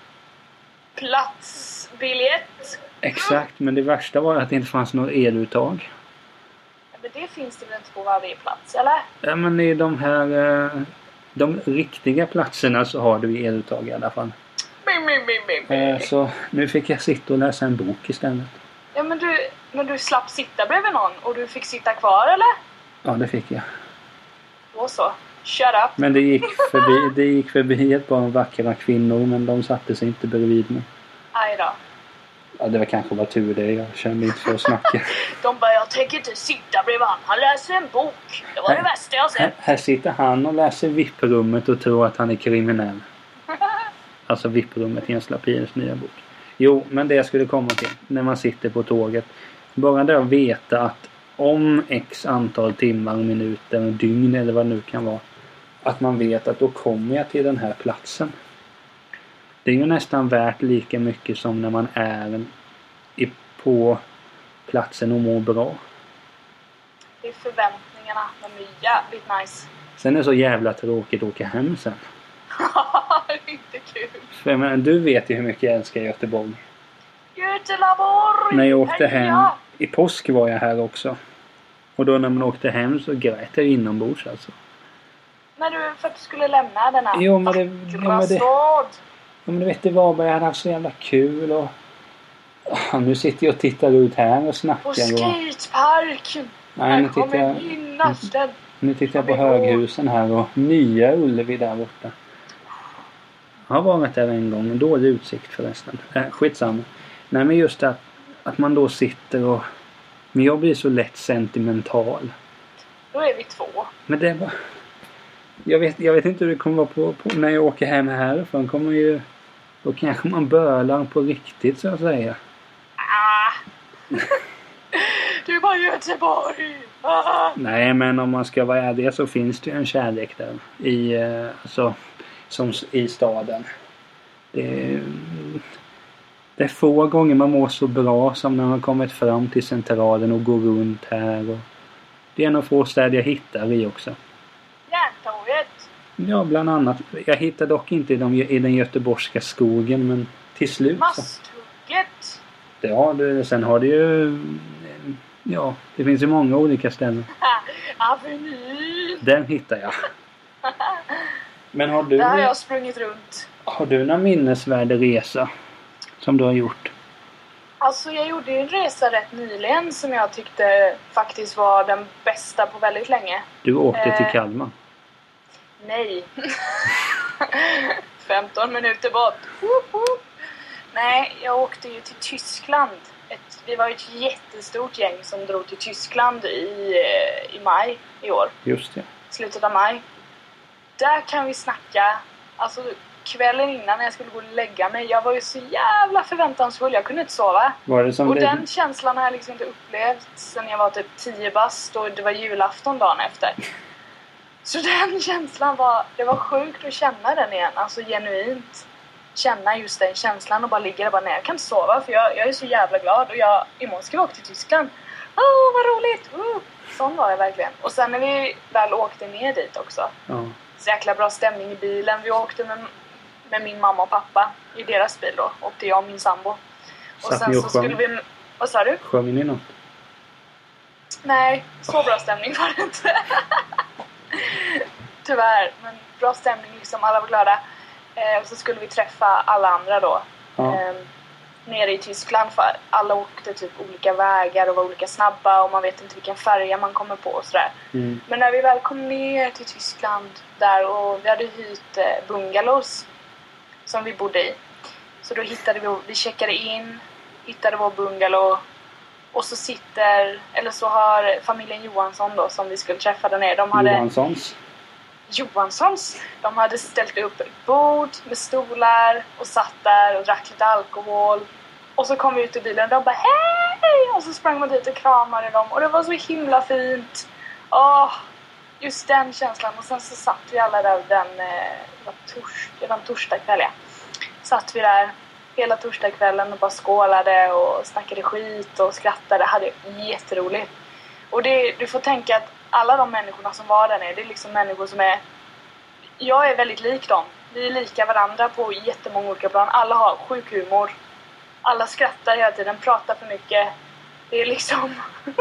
Speaker 2: platsbiljett.
Speaker 1: Exakt, men det värsta var att det inte fanns något eluttag.
Speaker 2: Men det finns det väl inte på varje plats, eller?
Speaker 1: Ja, men i de här eh, de riktiga platserna så har du eluttag i alla fall.
Speaker 2: Mi, mi, mi, mi, mi.
Speaker 1: Eh, så nu fick jag sitta och läsa en bok istället.
Speaker 2: Ja, men du, men du slapp sitta bredvid någon och du fick sitta kvar, eller?
Speaker 1: Ja, det fick jag.
Speaker 2: Då så. Shut up.
Speaker 1: Men det gick förbi, det gick förbi ett par vackra kvinnor, men de satte sig inte bredvid mig.
Speaker 2: Aj då.
Speaker 1: Ja, det var kanske var tur det. Jag kände inte för att snacka.
Speaker 2: De bara, jag tänker inte sitta bredvid han. Han läser en bok. Det var det värsta jag
Speaker 1: Här,
Speaker 2: sett.
Speaker 1: här sitter han och läser V I P-rummet och tror att han är kriminell. Alltså V I P-rummet i Jens Lapins nya bok. Jo, men det jag skulle komma till. När man sitter på tåget. Bara det att veta att om x antal timmar, minuter, dygn eller vad det nu kan vara. Att man vet att då kommer jag till den här platsen. Det är ju nästan värt lika mycket som när man är i, på platsen och mår bra.
Speaker 2: Det är förväntningarna. De är jävligt nice.
Speaker 1: Sen är det så jävla tråkigt att åka hem sen.
Speaker 2: Det är inte kul.
Speaker 1: För jag menar, du vet ju hur mycket jag älskar Göteborg.
Speaker 2: Göteborg!
Speaker 1: När jag åkte hem,
Speaker 2: Heja!
Speaker 1: i påsk var jag här också. Och då när man åkte hem så grät jag inombords alltså.
Speaker 2: När du, för att du skulle lämna denna
Speaker 1: Jo, men det,
Speaker 2: vackra
Speaker 1: ja, men det,
Speaker 2: stad.
Speaker 1: ja, men du vet det var bara jag hade haft så jävla kul och ja, nu sitter jag och tittar ut här och snackar.
Speaker 2: På
Speaker 1: Och,
Speaker 2: skateparken.
Speaker 1: nej, nu
Speaker 2: Här kommer
Speaker 1: tittar jag,
Speaker 2: minnas den.
Speaker 1: nu tittar jag på höghusen här och nya Ullevi där borta. Jag har varit där en gång, en dålig utsikt förresten. Äh, skitsamma. Nej, men just att, att man då sitter och... Men jag blir så lätt sentimental.
Speaker 2: Då är vi två.
Speaker 1: Men det är bara... Jag vet, jag vet inte hur det kommer vara på, på när jag åker hem härifrån. Kommer ju... Då kanske man bölar på riktigt så att säga.
Speaker 2: Ah. Du är bara Göteborg. Ah.
Speaker 1: Nej, men om man ska vara ärlig så finns det ju en kärlek där. I, eh, alltså, som i staden. Det är, det är få gånger man mår så bra som när man kommit fram till centralen och går runt här. Och det är en av få städer jag hittar i också.
Speaker 2: Järntorget.
Speaker 1: Ja, bland annat. Jag hittar dock inte i, de, i den göteborgska skogen, men till slut så.
Speaker 2: Masthugget.
Speaker 1: Ja, det, sen har det ju... Ja, det finns ju många olika ställen.
Speaker 2: Aveny.
Speaker 1: Den hittar jag. Men har du...
Speaker 2: Där har jag sprungit runt.
Speaker 1: Har du någon minnesvärd resa som du har gjort?
Speaker 2: Alltså jag gjorde en resa rätt nyligen som jag tyckte faktiskt var den bästa på väldigt länge.
Speaker 1: Du åkte
Speaker 2: Eh.
Speaker 1: till Kalmar.
Speaker 2: Nej. femton minuter bort. Woop, woop. Nej, jag åkte ju till Tyskland. Ett, vi var ju ett jättestort gäng som drog till Tyskland i, i maj i år.
Speaker 1: Just det.
Speaker 2: Slutet av maj. Där kan vi snacka. Alltså kvällen innan när jag skulle gå och lägga mig. Jag var ju så jävla förväntansfull. Jag kunde inte sova.
Speaker 1: Var det som
Speaker 2: och
Speaker 1: det...
Speaker 2: den känslan har jag liksom inte upplevt sen jag var typ tio bast. Och det var julafton dagen efter. Så den känslan var... Det var sjukt att känna den igen. Alltså genuint. Känna just den känslan och bara ligga där bara, nej jag kan inte sova för jag, jag är så jävla glad och jag, imorgon ska vi åka till Tyskland. Åh oh, vad roligt! Uh. Sån var jag verkligen. Och sen när vi väl åkte ner dit också.
Speaker 1: Ja.
Speaker 2: Så jäkla bra stämning i bilen. Vi åkte med, med min mamma och pappa i deras bil då. Åkte jag och min sambo. Och
Speaker 1: Satt
Speaker 2: sen
Speaker 1: ni och
Speaker 2: så
Speaker 1: sjöng?
Speaker 2: skulle vi... Vad sa du?
Speaker 1: Sjöng ni något?
Speaker 2: Nej, så bra stämning var det inte. Tyvärr, men bra stämning liksom, alla var glada. Eh, och så skulle vi träffa alla andra då.
Speaker 1: Ja.
Speaker 2: Eh, nere i Tyskland för alla åkte typ olika vägar och var olika snabba och man vet inte vilken färja man kommer på och sådär.
Speaker 1: Mm.
Speaker 2: Men när vi väl kom ner till Tyskland där och vi hade hyrt eh, bungalows som vi bodde i. Så då hittade vi, vi checkade in, hittade vår bungalow och så sitter, eller så har familjen Johansson då som vi skulle träffa där nere. De hade,
Speaker 1: Johanssons?
Speaker 2: Johanssons. De hade ställt upp ett bord med stolar och satt där och drack lite alkohol. Och så kom vi ut ur bilen och de bara hej! Och så sprang man dit och kramade dem. Och det var så himla fint. Åh, just den känslan. Och sen så satt vi alla där den, eh, var tors, det var en torsdagkväll, ja. Satt vi där hela torsdagskvällen och bara skålade och snackade skit och skrattade. Hade jätteroligt. Och det, du får tänka att alla de människorna som var där nere, det är liksom människor som är... Jag är väldigt lik dem. Vi är lika varandra på jättemånga olika plan. Alla har sjuk humor. Alla skrattar hela tiden, pratar för mycket. Det är liksom...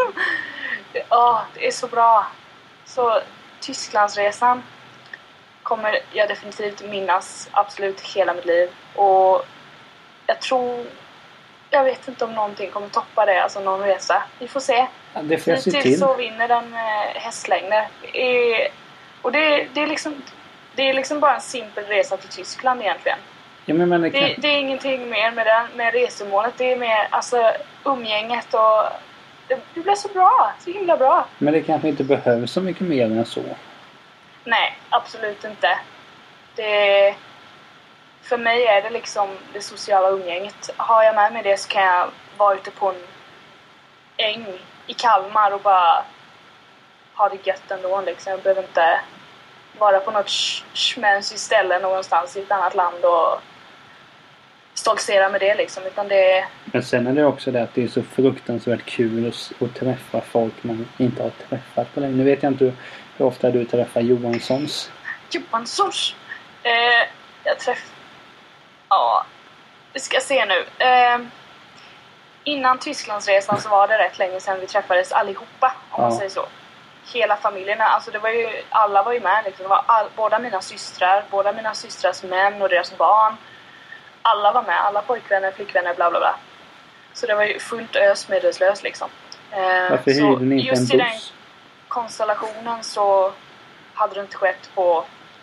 Speaker 2: Ja, det är så bra. Så Tysklandsresan kommer jag definitivt minnas absolut hela mitt liv. Och jag tror... Jag vet inte om någonting kommer toppa det, alltså någon resa. Vi får se.
Speaker 1: Ja, det får jag se till.
Speaker 2: Hittills så vinner den eh, hästlängder. Det är, och det, det, är liksom, det är liksom bara en simpel resa till Tyskland egentligen.
Speaker 1: Ja, men, men det, kan...
Speaker 2: det, det är ingenting mer med, den, med resemålet. Det är mer alltså, umgänget och... Det, det blir så bra. Så himla bra.
Speaker 1: Men det kanske inte behövs så mycket mer än så.
Speaker 2: Nej, absolut inte. Det... För mig är det liksom det sociala umgänget. Har jag med mig det så kan jag vara ute på en äng i Kalmar och bara ha det gött ändå. Liksom. Jag behöver inte vara på något schmänsigt ställe någonstans i ett annat land och stoltsera med det liksom. Utan det...
Speaker 1: Men sen är det också det att det är så fruktansvärt kul att, att träffa folk man inte har träffat på länge. Nu vet jag inte hur ofta du träffar Johanssons.
Speaker 2: Johanssons? Eh, jag träffar... Ja, vi ska se nu. Eh, innan Tysklandsresan så var det rätt länge sedan vi träffades allihopa, om man
Speaker 1: ja.
Speaker 2: säger så. Hela familjerna, alltså det var ju, alla var ju med liksom. Det var all, båda mina systrar, båda mina systrars män och deras barn. Alla var med, alla pojkvänner, flickvänner, bla bla bla. Så det var ju fullt ös medvetslös liksom. Eh,
Speaker 1: Varför hyrde ni inte en
Speaker 2: just i den
Speaker 1: buss?
Speaker 2: konstellationen så hade det inte skett på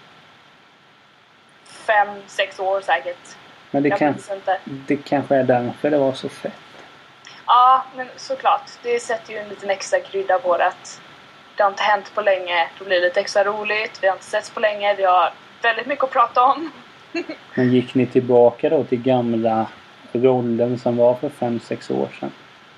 Speaker 2: fem, sex år säkert.
Speaker 1: Men det,
Speaker 2: jag
Speaker 1: kan,
Speaker 2: minns inte.
Speaker 1: det kanske är därför det var så fett.
Speaker 2: Ja, men såklart. Det sätter ju en liten extra krydda på det. Att det har inte hänt på länge. Då blir det lite extra roligt. Vi har inte setts på länge. Vi har väldigt mycket att prata om.
Speaker 1: Men gick ni tillbaka då till gamla rollen som var för fem, sex år sedan?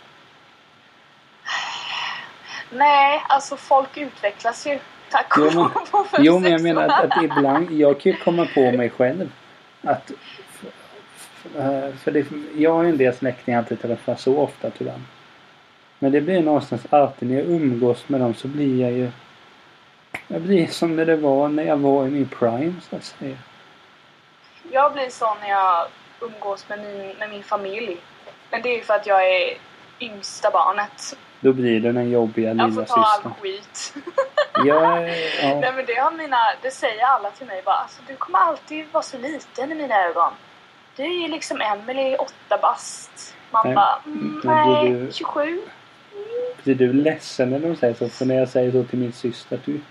Speaker 2: Nej, alltså folk utvecklas ju. Tack och
Speaker 1: Jo, men,
Speaker 2: lov för
Speaker 1: jo, men jag
Speaker 2: sex
Speaker 1: menar
Speaker 2: år.
Speaker 1: att, att ibland, jag kan ju komma på mig själv att för det, jag har ju en del släktingar alltid träffat så ofta tyvärr. Men det blir någonstans alltid när jag umgås med dem så blir jag ju jag blir som när det var när jag var i min prime så att säga.
Speaker 2: Jag blir så när jag umgås med min, med min familj. Men det är ju för att jag är yngsta barnet.
Speaker 1: Då blir det den jobbiga lilla
Speaker 2: Jag får ta
Speaker 1: systern.
Speaker 2: all skit.
Speaker 1: Ja, ja.
Speaker 2: Nej men det har mina, det säger alla till mig bara, alltså, du kommer alltid vara så liten i mina ögon. Du är ju liksom Emily, åtta bast. Man
Speaker 1: Nej,
Speaker 2: bara, mm,
Speaker 1: men
Speaker 2: nej,
Speaker 1: blir du-
Speaker 2: tjugosju.
Speaker 1: Blir du ledsen när de säger så? För när jag säger så till min syster att du,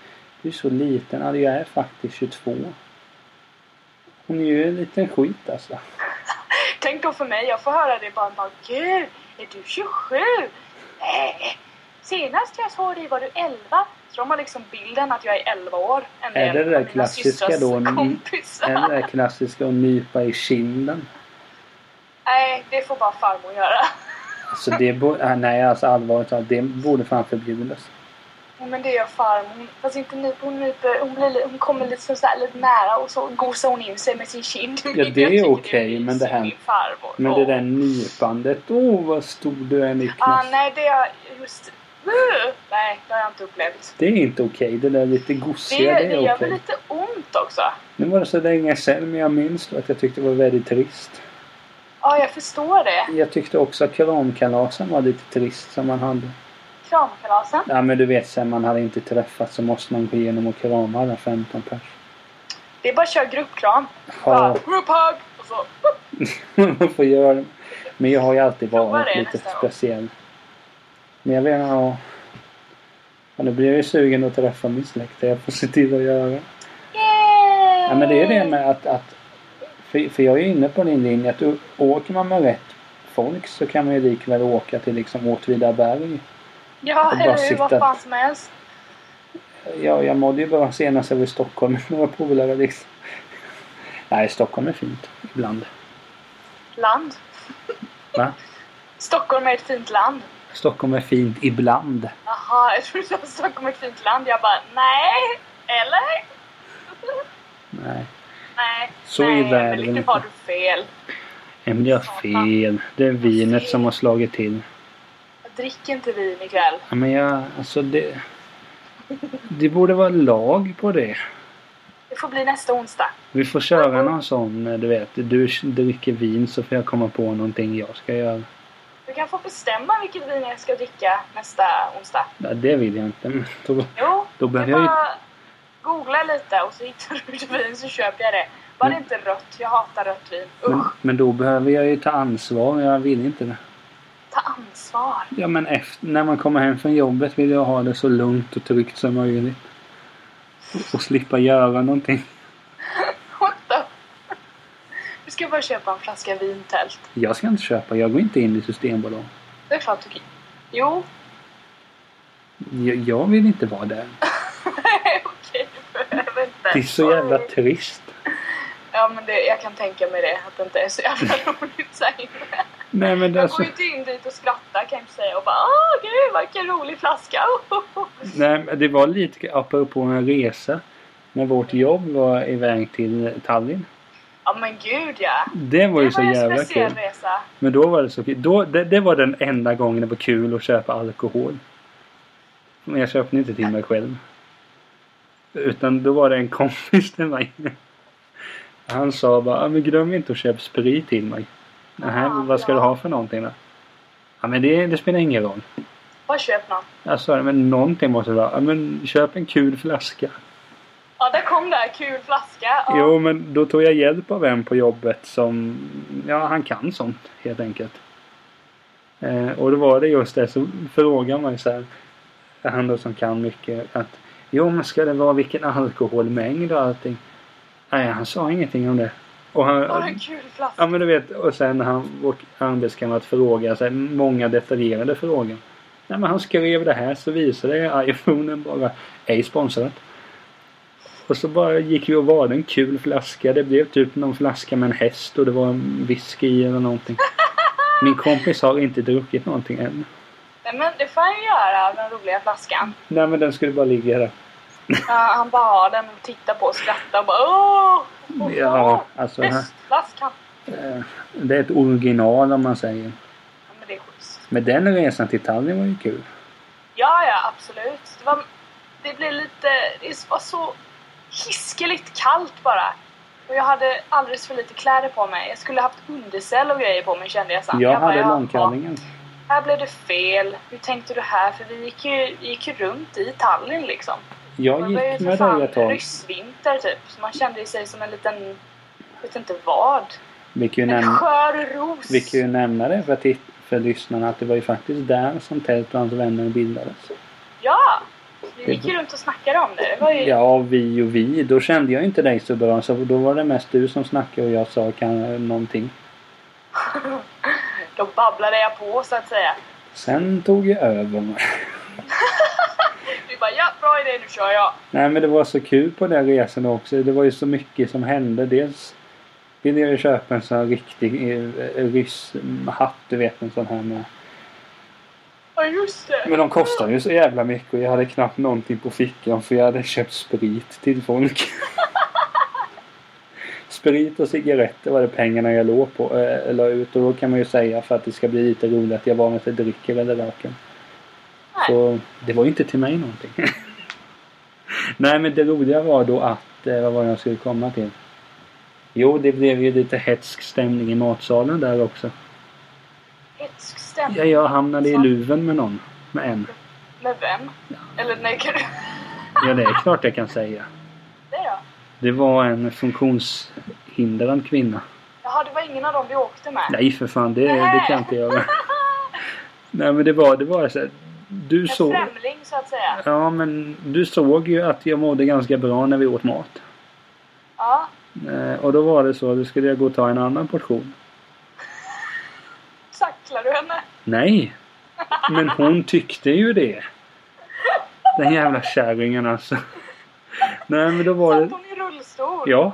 Speaker 1: Du är så liten. Ja, jag är faktiskt tjugotvå. Hon är ju en liten skit alltså.
Speaker 2: Tänk då för mig, jag får höra det bara, bara gud, är du tjugosju? Nej, senast jag såg dig var du elva. Så de har liksom bilden att jag är elva år. En
Speaker 1: Är det det där
Speaker 2: mina
Speaker 1: klassiska då?
Speaker 2: kompisar.
Speaker 1: Är det där klassiska att nypa i kinden?
Speaker 2: Nej, det får bara farmor göra.
Speaker 1: Alltså det borde, nej alltså allvarligt talat, det borde fan förbjudas.
Speaker 2: Ja, men det gör farmor. Fast inte nyp, hon nyper, hon, blir, hon kommer lite, så här, lite nära och så gosar hon in sig med sin kind.
Speaker 1: Ja, det är okej, okay, men det här... Men det där nypandet, åh oh, vad stor du är, Niklas.
Speaker 2: Ah, nej, det är just... Uh, nej, det har jag inte upplevt.
Speaker 1: Det är inte okej, okay. Det där lite gosiga, det,
Speaker 2: det,
Speaker 1: är
Speaker 2: det gör
Speaker 1: okej.
Speaker 2: väl lite ont också.
Speaker 1: Nu var det så länge sedan, men jag minns då att jag tyckte det var väldigt trist.
Speaker 2: Ja, jag förstår det.
Speaker 1: Jag tyckte också att kramkalasen var lite trist som man hade.
Speaker 2: Kramkalasen?
Speaker 1: Ja, men du vet, sen man hade inte träffat så måste man gå igenom och krama alla femton pers.
Speaker 2: Det är bara att köra gruppkram.
Speaker 1: Ja.
Speaker 2: Bara, group hug! Och så...
Speaker 1: Man får göra det. Men jag har ju alltid varit
Speaker 2: det
Speaker 1: lite speciell. Men jag vet inte, ja. Ja, nu blir jag ju sugen att träffa min släkt. Jag får se till att göra.
Speaker 2: Yay!
Speaker 1: Ja, men det är det med att... att för, för jag är inne på din linje att åker man med rätt folk så kan man ju likväl åka till liksom Åtvidaberg.
Speaker 2: Ja, eller hur? Vad fan som helst.
Speaker 1: Ja, jag mådde ju bara senast över Stockholm med några polare liksom. Nej, Stockholm är fint. Ibland.
Speaker 2: Land?
Speaker 1: Va?
Speaker 2: Stockholm är ett fint land.
Speaker 1: Stockholm är fint ibland.
Speaker 2: Jaha, jag trodde att Stockholm är ett fint land. Jag bara, nej. Eller?
Speaker 1: Nej.
Speaker 2: Nej.
Speaker 1: Så
Speaker 2: nej,
Speaker 1: i världen.
Speaker 2: Nu har du fel.
Speaker 1: Ja, men det är fel. Det är vinet
Speaker 2: fel.
Speaker 1: som har slagit till.
Speaker 2: Jag dricker inte vin ikväll.
Speaker 1: Ja, men jag, alltså det... Det borde vara lag på det.
Speaker 2: Det får bli nästa onsdag.
Speaker 1: Vi får köra någon sån, du vet. Du dricker vin så får jag komma på någonting jag ska göra.
Speaker 2: Du kan få bestämma vilket vin jag ska dricka nästa onsdag.
Speaker 1: Ja, det vill jag inte. Men då,
Speaker 2: jo,
Speaker 1: då behöver jag
Speaker 2: ju...
Speaker 1: ju...
Speaker 2: googla lite och så hittar du ett vin så köper jag det. Bara men... inte rött. Jag hatar rött vin.
Speaker 1: Men, men då behöver jag ju ta ansvar. Jag vill inte det.
Speaker 2: Ta ansvar?
Speaker 1: Ja, men efter, när man kommer hem från jobbet vill jag ha det så lugnt och tryggt som möjligt. Och slippa göra någonting.
Speaker 2: What the? Du ska bara köpa en flaska vintält.
Speaker 1: Jag ska inte köpa. Jag går inte in i Systembolag.
Speaker 2: Det är klart du kan. Jo.
Speaker 1: Jag, jag vill inte vara där.
Speaker 2: Nej, okej. Du behöver inte.
Speaker 1: Det är så jävla trist.
Speaker 2: Ja, men det, jag kan tänka mig det. Att det inte är så jävla roligt så inne.
Speaker 1: Nej, men det
Speaker 2: jag
Speaker 1: alltså...
Speaker 2: går inte in dit och skrattar kan jag inte säga. Och bara, åh gud, vilken rolig flaska.
Speaker 1: Nej, men det var lite apropå en resa. När vårt jobb var iväg till Tallinn.
Speaker 2: Ja, men gud ja.
Speaker 1: Det var ju
Speaker 2: det
Speaker 1: så
Speaker 2: var
Speaker 1: jävla kul.
Speaker 2: Resa.
Speaker 1: Men då var det så kul. Då, det, det var den enda gången det var kul att köpa alkohol. Men jag köpte inte till mig själv. Utan då var det en kompis till mig. Han sa bara, men glöm inte att köpa sprit till mig. Nähä, ah, vad ska ja. du ha för någonting då? Ja, men det, det spelar ingen roll.
Speaker 2: Vad köp någon?
Speaker 1: Jag sa, men någonting måste det vara. Ja, men köp en kul flaska.
Speaker 2: Ja, där kom det här, kul flaska. Ja.
Speaker 1: Jo, men då tog jag hjälp av en på jobbet som, ja, han kan sånt helt enkelt. Eh, och då var det just det, så frågade man så här, han då som kan mycket, att jo, men ska det vara vilken alkoholmängd och allting? Nej, han sa ingenting om det. Och han,
Speaker 2: var det en kul flaska?
Speaker 1: Ja, men du vet, och sen han, vår arbetskamrat frågade sig många detaljerade frågor. Nej, men han skrev det här så visade det iPhonen bara, ej sponsrat. Och så bara gick vi och var en kul flaska. Det blev typ någon flaska med en häst och det var en whisky eller någonting. Min kompis har inte druckit någonting än.
Speaker 2: Nej, men det får han ju göra, den roliga flaskan.
Speaker 1: Nej, men den skulle bara ligga där.
Speaker 2: Ja, han bara har den och tittar på och skrattar och bara åh! åh
Speaker 1: ja, alltså
Speaker 2: hästflaskan.
Speaker 1: Det är ett original om man säger.
Speaker 2: Ja, men det är schysst.
Speaker 1: Men den resan till Tallinn var ju kul.
Speaker 2: Ja, ja, absolut. Det var, det blev lite, det var så hiskeligt kallt bara. Och jag hade alldeles för lite kläder på mig. Jag skulle haft underställ och grejer på mig, kände jag sen.
Speaker 1: Jag,
Speaker 2: jag
Speaker 1: hade långkallningen.
Speaker 2: Här blev det fel. Hur tänkte du här? För vi gick ju, gick ju runt i Tallinn liksom.
Speaker 1: Jag
Speaker 2: man
Speaker 1: gick med dig ett tag.
Speaker 2: Ryssvinter typ. Så man kände sig som en liten, jag vet inte vad.
Speaker 1: Vi kan ju
Speaker 2: en
Speaker 1: nämna,
Speaker 2: skör ros.
Speaker 1: Vi kan ju nämna det för, titt, för lyssnarna att det var ju faktiskt där som Tält och hans vänner bildades.
Speaker 2: Ja! Vi gick ju runt och snackade om det. Det var ju...
Speaker 1: Ja, vi och vi. Då kände jag inte dig så bra. Så då var det mest du som snackade och jag sa kan någonting.
Speaker 2: Då babblade jag på så att säga.
Speaker 1: Sen tog jag över mig.
Speaker 2: Vi bara, ja, bra idé, nu kör jag.
Speaker 1: Nej, men det var så kul på den resan också. Det var ju så mycket som hände. Dels ville jag köpa en sån här riktig rysshatt, du vet, en sån här med.
Speaker 2: Ja, just det.
Speaker 1: Men de kostar ju så jävla mycket och jag hade knappt någonting på fickan för jag hade köpt sprit till folk. Sprit och cigaretter var det pengarna jag låg på, äh, la ut, och då kan man ju säga för att det ska bli lite roligt att jag var inte dricker eller röker. Så det var ju inte till mig någonting. Nej, men det roliga var då att, eh, vad var det jag skulle komma till? Jo, det blev ju lite hetsk stämning i matsalen där också.
Speaker 2: Hetsk stämning?
Speaker 1: Ja, jag hamnade i luven med någon. Med en.
Speaker 2: Med vem? Ja. Eller nej, kan du...
Speaker 1: Ja, det är klart jag kan säga.
Speaker 2: Det då?
Speaker 1: Det var en funktionshindrad kvinna.
Speaker 2: Jaha, det var ingen av dem vi åkte med?
Speaker 1: Nej, för fan, det, det kan inte jag. Nej, men det var, det var så här, du
Speaker 2: en
Speaker 1: såg...
Speaker 2: främling så att säga.
Speaker 1: Ja, men du såg ju att jag mådde ganska bra när vi åt mat.
Speaker 2: Ja.
Speaker 1: Eh, och då var det så, då skulle jag gå och ta en annan portion.
Speaker 2: Sacklar du henne?
Speaker 1: Nej. Men hon tyckte ju det. Den jävla kärringen alltså. Nej, men då var det...
Speaker 2: Satt hon i rullstol?
Speaker 1: Ja.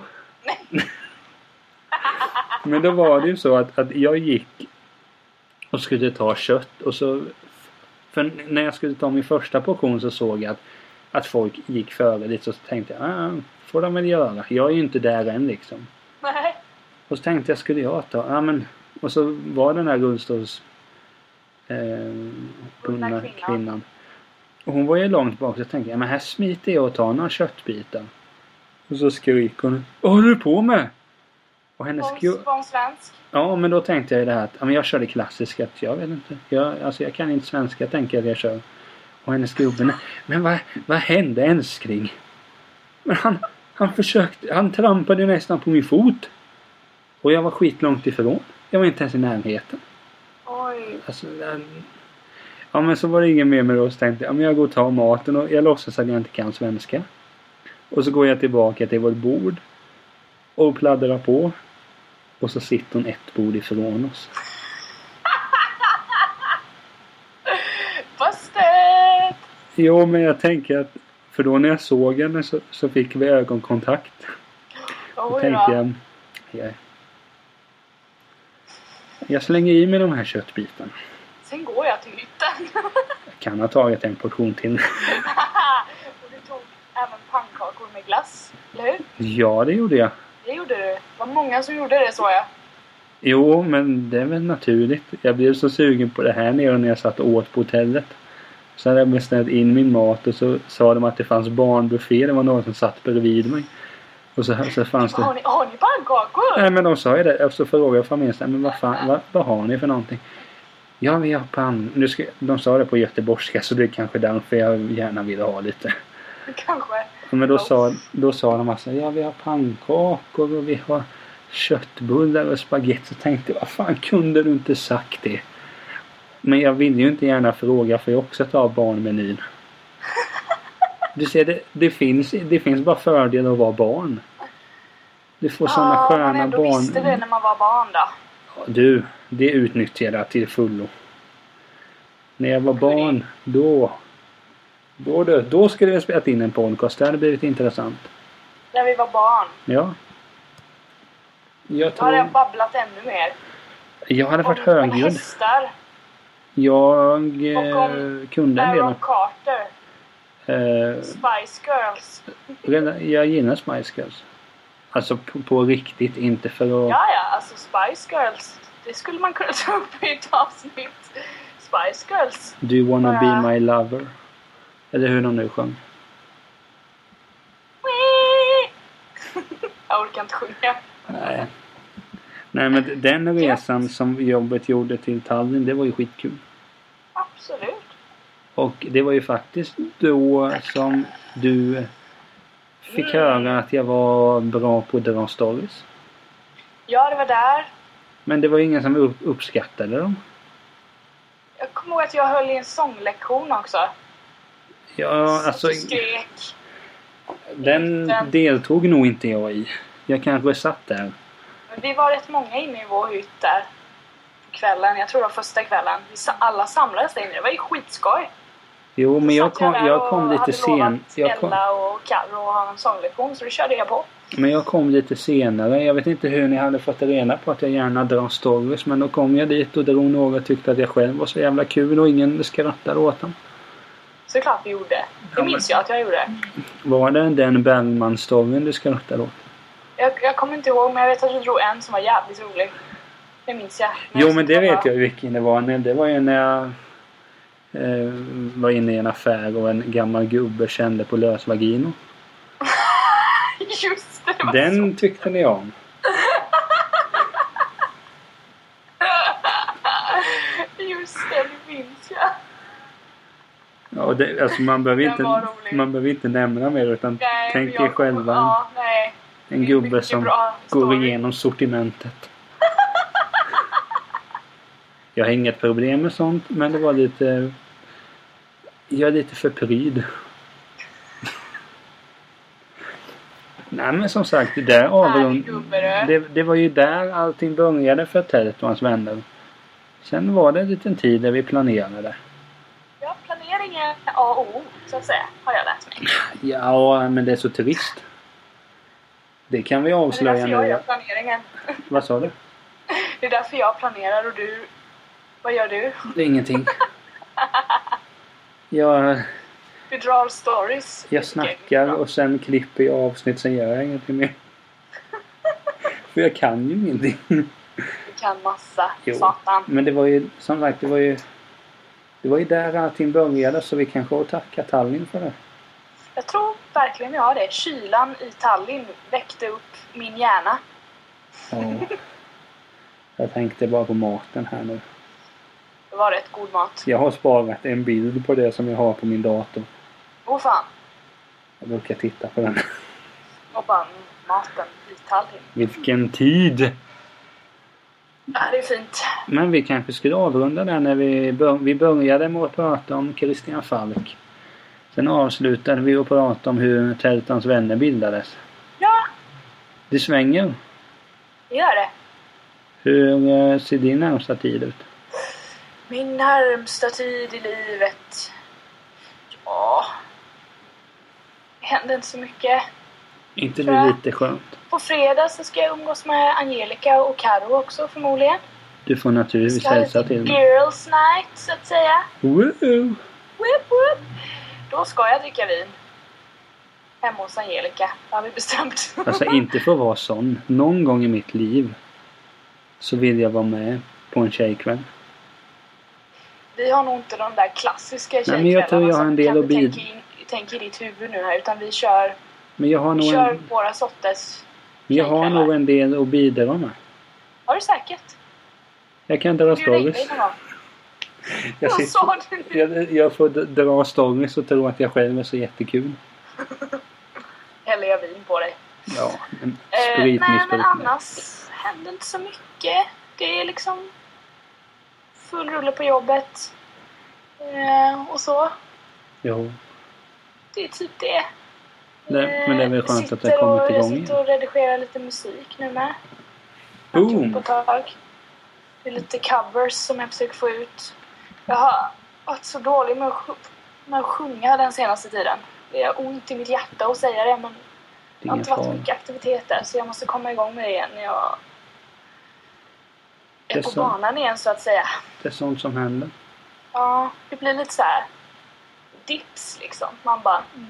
Speaker 1: Men då var det ju så att, att jag gick och skulle ta kött och så... För när jag skulle ta min första portion så såg jag att, att folk gick före lite, så tänkte jag, ah, får de väl göra. Jag är ju inte där än liksom.
Speaker 2: Nej.
Speaker 1: Och så tänkte jag, skulle jag ta, ja ah, men, och så var den här rullstols eh, bundna kvinnan. kvinnan. Och hon var ju långt bak, så jag tänkte, ja men här smiter jag och tar några köttbitar. Och så skrek hon, vad håller du på med? Och hennes
Speaker 2: skru- var hon svensk?
Speaker 1: Ja, men då tänkte jag det här att ja, men jag kör det klassiska, att jag vet inte. Jag, alltså jag kan inte svenska, jag tänker att jag kör. Och hennes gubben, men vad, vad hände älskling? Men han, han försökte, han trampade nästan på min fot. Och jag var skitlångt ifrån. Jag var inte ens i närheten.
Speaker 2: Oj.
Speaker 1: Alltså, ja, men så var det ingen mer med då, så tänkte jag, ja, men jag går och tar maten och jag låtsas att jag inte kan svenska. Och så går jag tillbaka till vårt bord. Och pladdrar på. Och så sitter hon ett bord ifrån oss.
Speaker 2: Busted!
Speaker 1: Jo, men jag tänker att... För då när jag såg henne så, så fick vi ögonkontakt.
Speaker 2: Oj,
Speaker 1: då tänkte jag... Jag, jag slänger i mig de här köttbitarna.
Speaker 2: Sen går jag till hytten.
Speaker 1: Jag kan ha tagit en portion till.
Speaker 2: Och du tog även pannkakor med glass, eller hur?
Speaker 1: Ja, det gjorde jag.
Speaker 2: Det gjorde du. Det var många som gjorde det, så jag.
Speaker 1: Jo, men det är väl naturligt. Jag blev så sugen på det här nere när jag satt och åt på hotellet. Så hade jag beställt in min mat och så sa de att det fanns barnbuffé. Det var någon som satt bredvid mig. Och så, så fanns det...
Speaker 2: Har ni, har ni pannkakor?
Speaker 1: Nej, men de sa ju det. Och så frågade jag familjen, men vad fan, vad, vad har ni för någonting? Ja, vi har pann... Nu ska, de sa det på göteborgska, så det är kanske därför jag gärna ville ha lite.
Speaker 2: Kanske.
Speaker 1: Men då sa, då sa de alltså, ja vi har pannkakor och vi har köttbullar och spagetti. Så tänkte jag, vad fan kunde du inte sagt det? Men jag vill ju inte gärna fråga, för jag också tar barnmenyn. Du ser, det, det, finns, det finns bara fördel att vara barn. Du får ja, sådana sköna barn. Ja, man ändå
Speaker 2: barn. Visste det när man var barn då.
Speaker 1: Ja, du, det utnyttjade jag till fullo. När jag var barn, då... Då, då, då skulle vi ha spelat in en podcast. Det hade blivit intressant.
Speaker 2: När vi var barn?
Speaker 1: Ja. Jag
Speaker 2: tror... Då hade jag babblat ännu mer.
Speaker 1: Jag hade varit
Speaker 2: om,
Speaker 1: högljudd.
Speaker 2: Om hästar.
Speaker 1: Jag
Speaker 2: och om
Speaker 1: kunde en del.
Speaker 2: Aaron Carter.
Speaker 1: Uh,
Speaker 2: Spice Girls.
Speaker 1: Jag gillar Spice Girls. Alltså på, på riktigt, inte för att...
Speaker 2: Ja, ja. Alltså Spice Girls. Det skulle man kunna ta upp i ett avsnitt. Spice Girls.
Speaker 1: Do you wanna Bara... be my lover? Eller hur de nu sjöng.
Speaker 2: Jag orkar inte sjunga.
Speaker 1: Nej. Nej, men den resan som jobbet gjorde till Tallinn, det var ju skitkul.
Speaker 2: Absolut.
Speaker 1: Och det var ju faktiskt då som du fick mm. höra att jag var bra på att dra stories.
Speaker 2: Ja, det var där.
Speaker 1: Men det var ingen som uppskattade dem.
Speaker 2: Jag kommer ihåg att jag höll i en sånglektion också.
Speaker 1: Ja, alltså...
Speaker 2: Du skrek.
Speaker 1: Den
Speaker 2: Den.
Speaker 1: deltog nog inte jag i. Jag kanske satt där.
Speaker 2: Vi var rätt många inne i vår hytt där på kvällen. Jag tror det var första kvällen. Vi sa- alla samlades där inne. Det var ju skitskoj.
Speaker 1: Jo, men
Speaker 2: Så
Speaker 1: jag
Speaker 2: satt
Speaker 1: kom,
Speaker 2: där
Speaker 1: jag kom
Speaker 2: och
Speaker 1: lite
Speaker 2: hade
Speaker 1: sen.
Speaker 2: lovat
Speaker 1: Jag kom,
Speaker 2: Ella och Karro och ha en sånglektion, så det körde jag på.
Speaker 1: men jag kom lite senare. Jag vet inte hur ni hade fått reda på att jag gärna drar stories. Men då kom jag dit och drog några och tyckte att jag själv var så jävla kul och ingen skrattade åt dem.
Speaker 2: Såklart vi gjorde. Det
Speaker 1: Ja,
Speaker 2: minns
Speaker 1: men-
Speaker 2: jag att jag gjorde.
Speaker 1: Var det den Bergman-storyn du skrattade åt?
Speaker 2: Jag, jag kommer inte ihåg, men jag vet att du drog en som var jävligt rolig. Det minns jag.
Speaker 1: Jo,
Speaker 2: jag
Speaker 1: men
Speaker 2: ska
Speaker 1: det vet
Speaker 2: kolla.
Speaker 1: jag vilken det var. Nej, det var ju när jag eh, var inne i en affär och en gammal gubbe kände på lösvagino.
Speaker 2: Just det, det var
Speaker 1: Den tyckte ni om.
Speaker 2: så. Just det, det minns jag.
Speaker 1: Ja, och det, alltså man behöver
Speaker 2: Den
Speaker 1: inte,
Speaker 2: var rolig.
Speaker 1: man behöver inte nämna mer utan
Speaker 2: Nej,
Speaker 1: tänk
Speaker 2: men jag
Speaker 1: er själva
Speaker 2: kommer- Ja, nej.
Speaker 1: en
Speaker 2: det är
Speaker 1: gubbe
Speaker 2: mycket
Speaker 1: som
Speaker 2: bra
Speaker 1: går
Speaker 2: story.
Speaker 1: igenom sortimentet. Jag har inget problem med sånt, men det var lite... Jag är lite för pryd. Nej, men som sagt, det där avrund...
Speaker 2: gubbe,
Speaker 1: det, det var ju där allting började för Ted och hans vänner. Sen var det en liten tid där vi planerade.
Speaker 2: Ja, planering är A och O, så att säga, har jag lärt mig.
Speaker 1: Ja, men det är så trist. Det kan vi
Speaker 2: Men det är
Speaker 1: avslöja
Speaker 2: därför jag
Speaker 1: nu.
Speaker 2: gör planeringen.
Speaker 1: Vad sa du?
Speaker 2: Det är därför jag planerar och du... Vad gör du?
Speaker 1: Det är ingenting. Jag,
Speaker 2: Du drar stories.
Speaker 1: jag snackar och sen klipper jag avsnitt, sen gör jag ingenting mer. För jag kan ju ingenting.
Speaker 2: Du kan massa.
Speaker 1: Jo.
Speaker 2: Satan.
Speaker 1: Men det var ju, som sagt, det var ju det var ju där allting började, så vi kanske får tacka Tallinn för det.
Speaker 2: Jag tror verkligen jag har det. Kylan i Tallinn väckte upp min hjärna.
Speaker 1: Ja. Jag tänkte bara på maten här nu.
Speaker 2: Det var rätt god mat.
Speaker 1: Jag har sparat en bild på det som jag har på min dator.
Speaker 2: Åh fan.
Speaker 1: Jag brukar titta på den.
Speaker 2: Och bara mm, maten i Tallinn.
Speaker 1: Vilken tid!
Speaker 2: Ja, det är fint.
Speaker 1: Men vi kanske skulle avrunda där när vi, bör, vi började med att prata om Christian Falk. Sen avslutade vi att prata om hur Tältans vänner bildades.
Speaker 2: Ja,
Speaker 1: Det svänger.
Speaker 2: det gör det.
Speaker 1: Hur eh, ser din närmsta tid ut?
Speaker 2: Min närmsta tid i livet. Ja. Det händer inte så mycket.
Speaker 1: Inte
Speaker 2: Tror
Speaker 1: det
Speaker 2: jag.
Speaker 1: lite skönt?
Speaker 2: På fredag så ska jag umgås med Angelica och Karo också förmodligen.
Speaker 1: Du får naturligtvis
Speaker 2: Ska ha
Speaker 1: hälsa
Speaker 2: lite
Speaker 1: till mig.
Speaker 2: girls night så att säga.
Speaker 1: Woo!
Speaker 2: Whip, whip. Då ska jag dricka vin. Hemma hos Angelica. Det har vi bestämt.
Speaker 1: Alltså inte för att vara sån. Någon gång i mitt liv så vill jag vara med på en tjejkväll.
Speaker 2: Vi har nog inte de där klassiska
Speaker 1: Nej, men jag tror jag har en del att bid-
Speaker 2: tänker, tänker i ditt huvud nu här. Utan vi kör,
Speaker 1: Men jag har
Speaker 2: vi
Speaker 1: nog
Speaker 2: kör
Speaker 1: en,
Speaker 2: våra sorters
Speaker 1: jag har
Speaker 2: tjejkvällar.
Speaker 1: nog en del att bidra med.
Speaker 2: Har du säkert?
Speaker 1: Jag kan dra
Speaker 2: Bjud in
Speaker 1: stories.
Speaker 2: dig någon gång.
Speaker 1: Jag,
Speaker 2: Vad
Speaker 1: sitter,
Speaker 2: sa du nu?
Speaker 1: jag, jag får d- dra stories och tro att jag själv är så jättekul.
Speaker 2: Häller jag vin på dig.
Speaker 1: Ja, en
Speaker 2: Eh, nej,
Speaker 1: spritmissbruk.
Speaker 2: men annars händer inte så mycket. Det är liksom full rulle på jobbet. Eh, och så.
Speaker 1: Jo.
Speaker 2: Det är typ det.
Speaker 1: Det- men det är väl
Speaker 2: Eh,
Speaker 1: skönt att det
Speaker 2: sitter
Speaker 1: har kommit
Speaker 2: och-
Speaker 1: igång
Speaker 2: Jag sitter och redigerar lite musik nu med. Jag har inte
Speaker 1: Boom!
Speaker 2: gjort på ett tag. Det är lite covers som jag försöker få ut. Jag har varit så dålig med att, sj- med att sjunga den senaste tiden. Det är ont i mitt hjärta att säga det, men det har
Speaker 1: Ingen
Speaker 2: inte varit
Speaker 1: fara.
Speaker 2: mycket aktiviteter, så jag måste komma igång med det igen när jag
Speaker 1: Det är
Speaker 2: är på
Speaker 1: så.
Speaker 2: banan igen så att säga.
Speaker 1: Det är sånt som händer.
Speaker 2: Ja, det blir lite så här dips liksom. Man bara... Mm.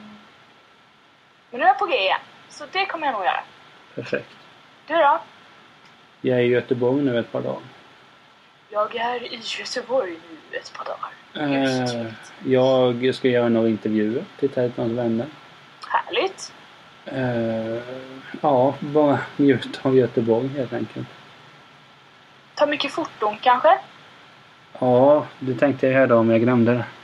Speaker 2: Men nu är jag på G igen, så det kommer jag nog göra.
Speaker 1: Perfekt.
Speaker 2: Du då?
Speaker 1: Jag är i Göteborg nu ett par dagar.
Speaker 2: Jag är i Göteborg nu ett par dagar. Just,
Speaker 1: Eh, jag ska göra några intervjuer till Tältans vänner.
Speaker 2: Härligt.
Speaker 1: Eh, ja, bara njuta av Göteborg helt enkelt.
Speaker 2: Ta mycket foton kanske?
Speaker 1: Ja, det tänkte jag göra om jag glömde det.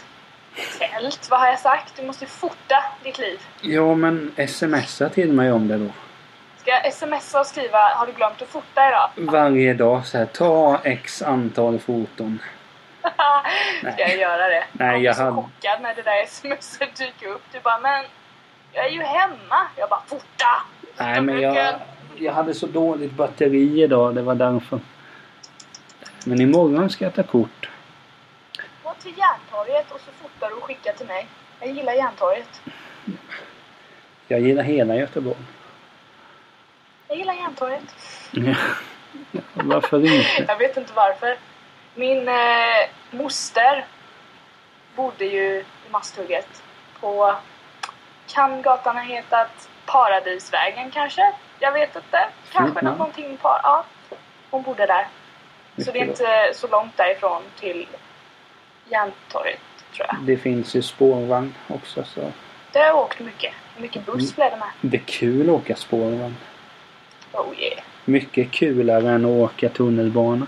Speaker 2: Tält, vad har jag sagt? Du måste fota ditt liv.
Speaker 1: Ja, men smsa till mig om det då.
Speaker 2: Ska jag smsa och skriva, har du glömt att fota idag?
Speaker 1: Varje dag så här, ta x antal foton.
Speaker 2: Ska jag göra det?
Speaker 1: Nej,
Speaker 2: jag
Speaker 1: jag
Speaker 2: var så
Speaker 1: hade...
Speaker 2: chockad när det där smset dyker upp. Du bara, men jag är ju hemma. Jag bara, forta!
Speaker 1: Nej, men jag, jag hade så dåligt batteri idag. Det var därför. Men imorgon ska jag ta kort.
Speaker 2: Gå till Järntorget och så fotar du och skickar till mig. Jag gillar Järntorget.
Speaker 1: Jag gillar hela Göteborg.
Speaker 2: Jag gillar Järntorget.
Speaker 1: Ja. Varför inte?
Speaker 2: Jag vet inte varför. Min eh, moster bodde ju i Masthugget. På, kan gatan ha hetat Paradisvägen kanske? Jag vet inte. Kanske
Speaker 1: Mm.
Speaker 2: någonting på, ja. Hon bodde där. Så det är inte så långt därifrån till Järntorget, tror jag.
Speaker 1: Det finns ju spårvagn också, så...
Speaker 2: Det har jag åkt mycket. Mycket buss blev det med.
Speaker 1: Det är kul att åka spårvagn.
Speaker 2: Oh yeah.
Speaker 1: Mycket kulare än att åka tunnelbana.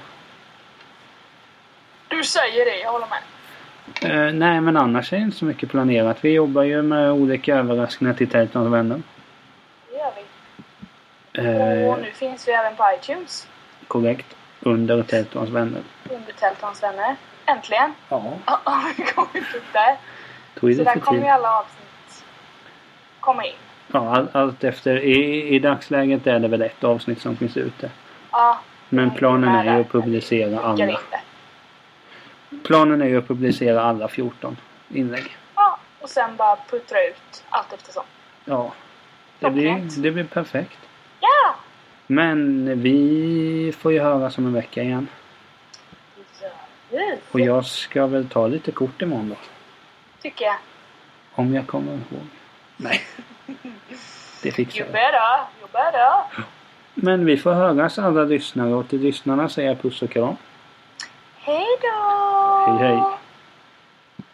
Speaker 2: Du säger det, jag håller med.
Speaker 1: Eh, nej, men annars är det inte så mycket planerat. Vi jobbar ju med olika överraskningar till Tältans vänner.
Speaker 2: Det gör vi.
Speaker 1: Eh,
Speaker 2: Och nu finns vi även på iTunes.
Speaker 1: korrekt. Under Tältans vänner.
Speaker 2: Under Tältans vänner. Äntligen.
Speaker 1: Ja.
Speaker 2: Ja, oh, vi kommer inte upp där.
Speaker 1: Tog
Speaker 2: Så
Speaker 1: det
Speaker 2: där
Speaker 1: för
Speaker 2: kommer
Speaker 1: tid.
Speaker 2: ju alla avsnitt komma in.
Speaker 1: Ja, all, allt efter. I, I dagsläget är det väl ett avsnitt som finns ute.
Speaker 2: Ja.
Speaker 1: Men planen är ju
Speaker 2: där.
Speaker 1: att publicera
Speaker 2: Skickar
Speaker 1: alla.
Speaker 2: in det.
Speaker 1: Planen är ju att publicera alla fjorton inlägg.
Speaker 2: Ja, och sen bara puttra ut allt eftersom.
Speaker 1: Ja. Det blir,
Speaker 2: Klockrent.
Speaker 1: det blir perfekt.
Speaker 2: Ja!
Speaker 1: Men vi får ju höra som en vecka igen.
Speaker 2: Ja,
Speaker 1: Och jag ska väl ta lite kort imorgon då.
Speaker 2: tycker jag.
Speaker 1: Om jag kommer ihåg. Nej. Det fixar
Speaker 2: You
Speaker 1: jag.
Speaker 2: better, you better.
Speaker 1: Men vi får höras alla lyssnare. Och till lyssnarna säger jag puss och kram.
Speaker 2: Hej då!
Speaker 1: Hej hej.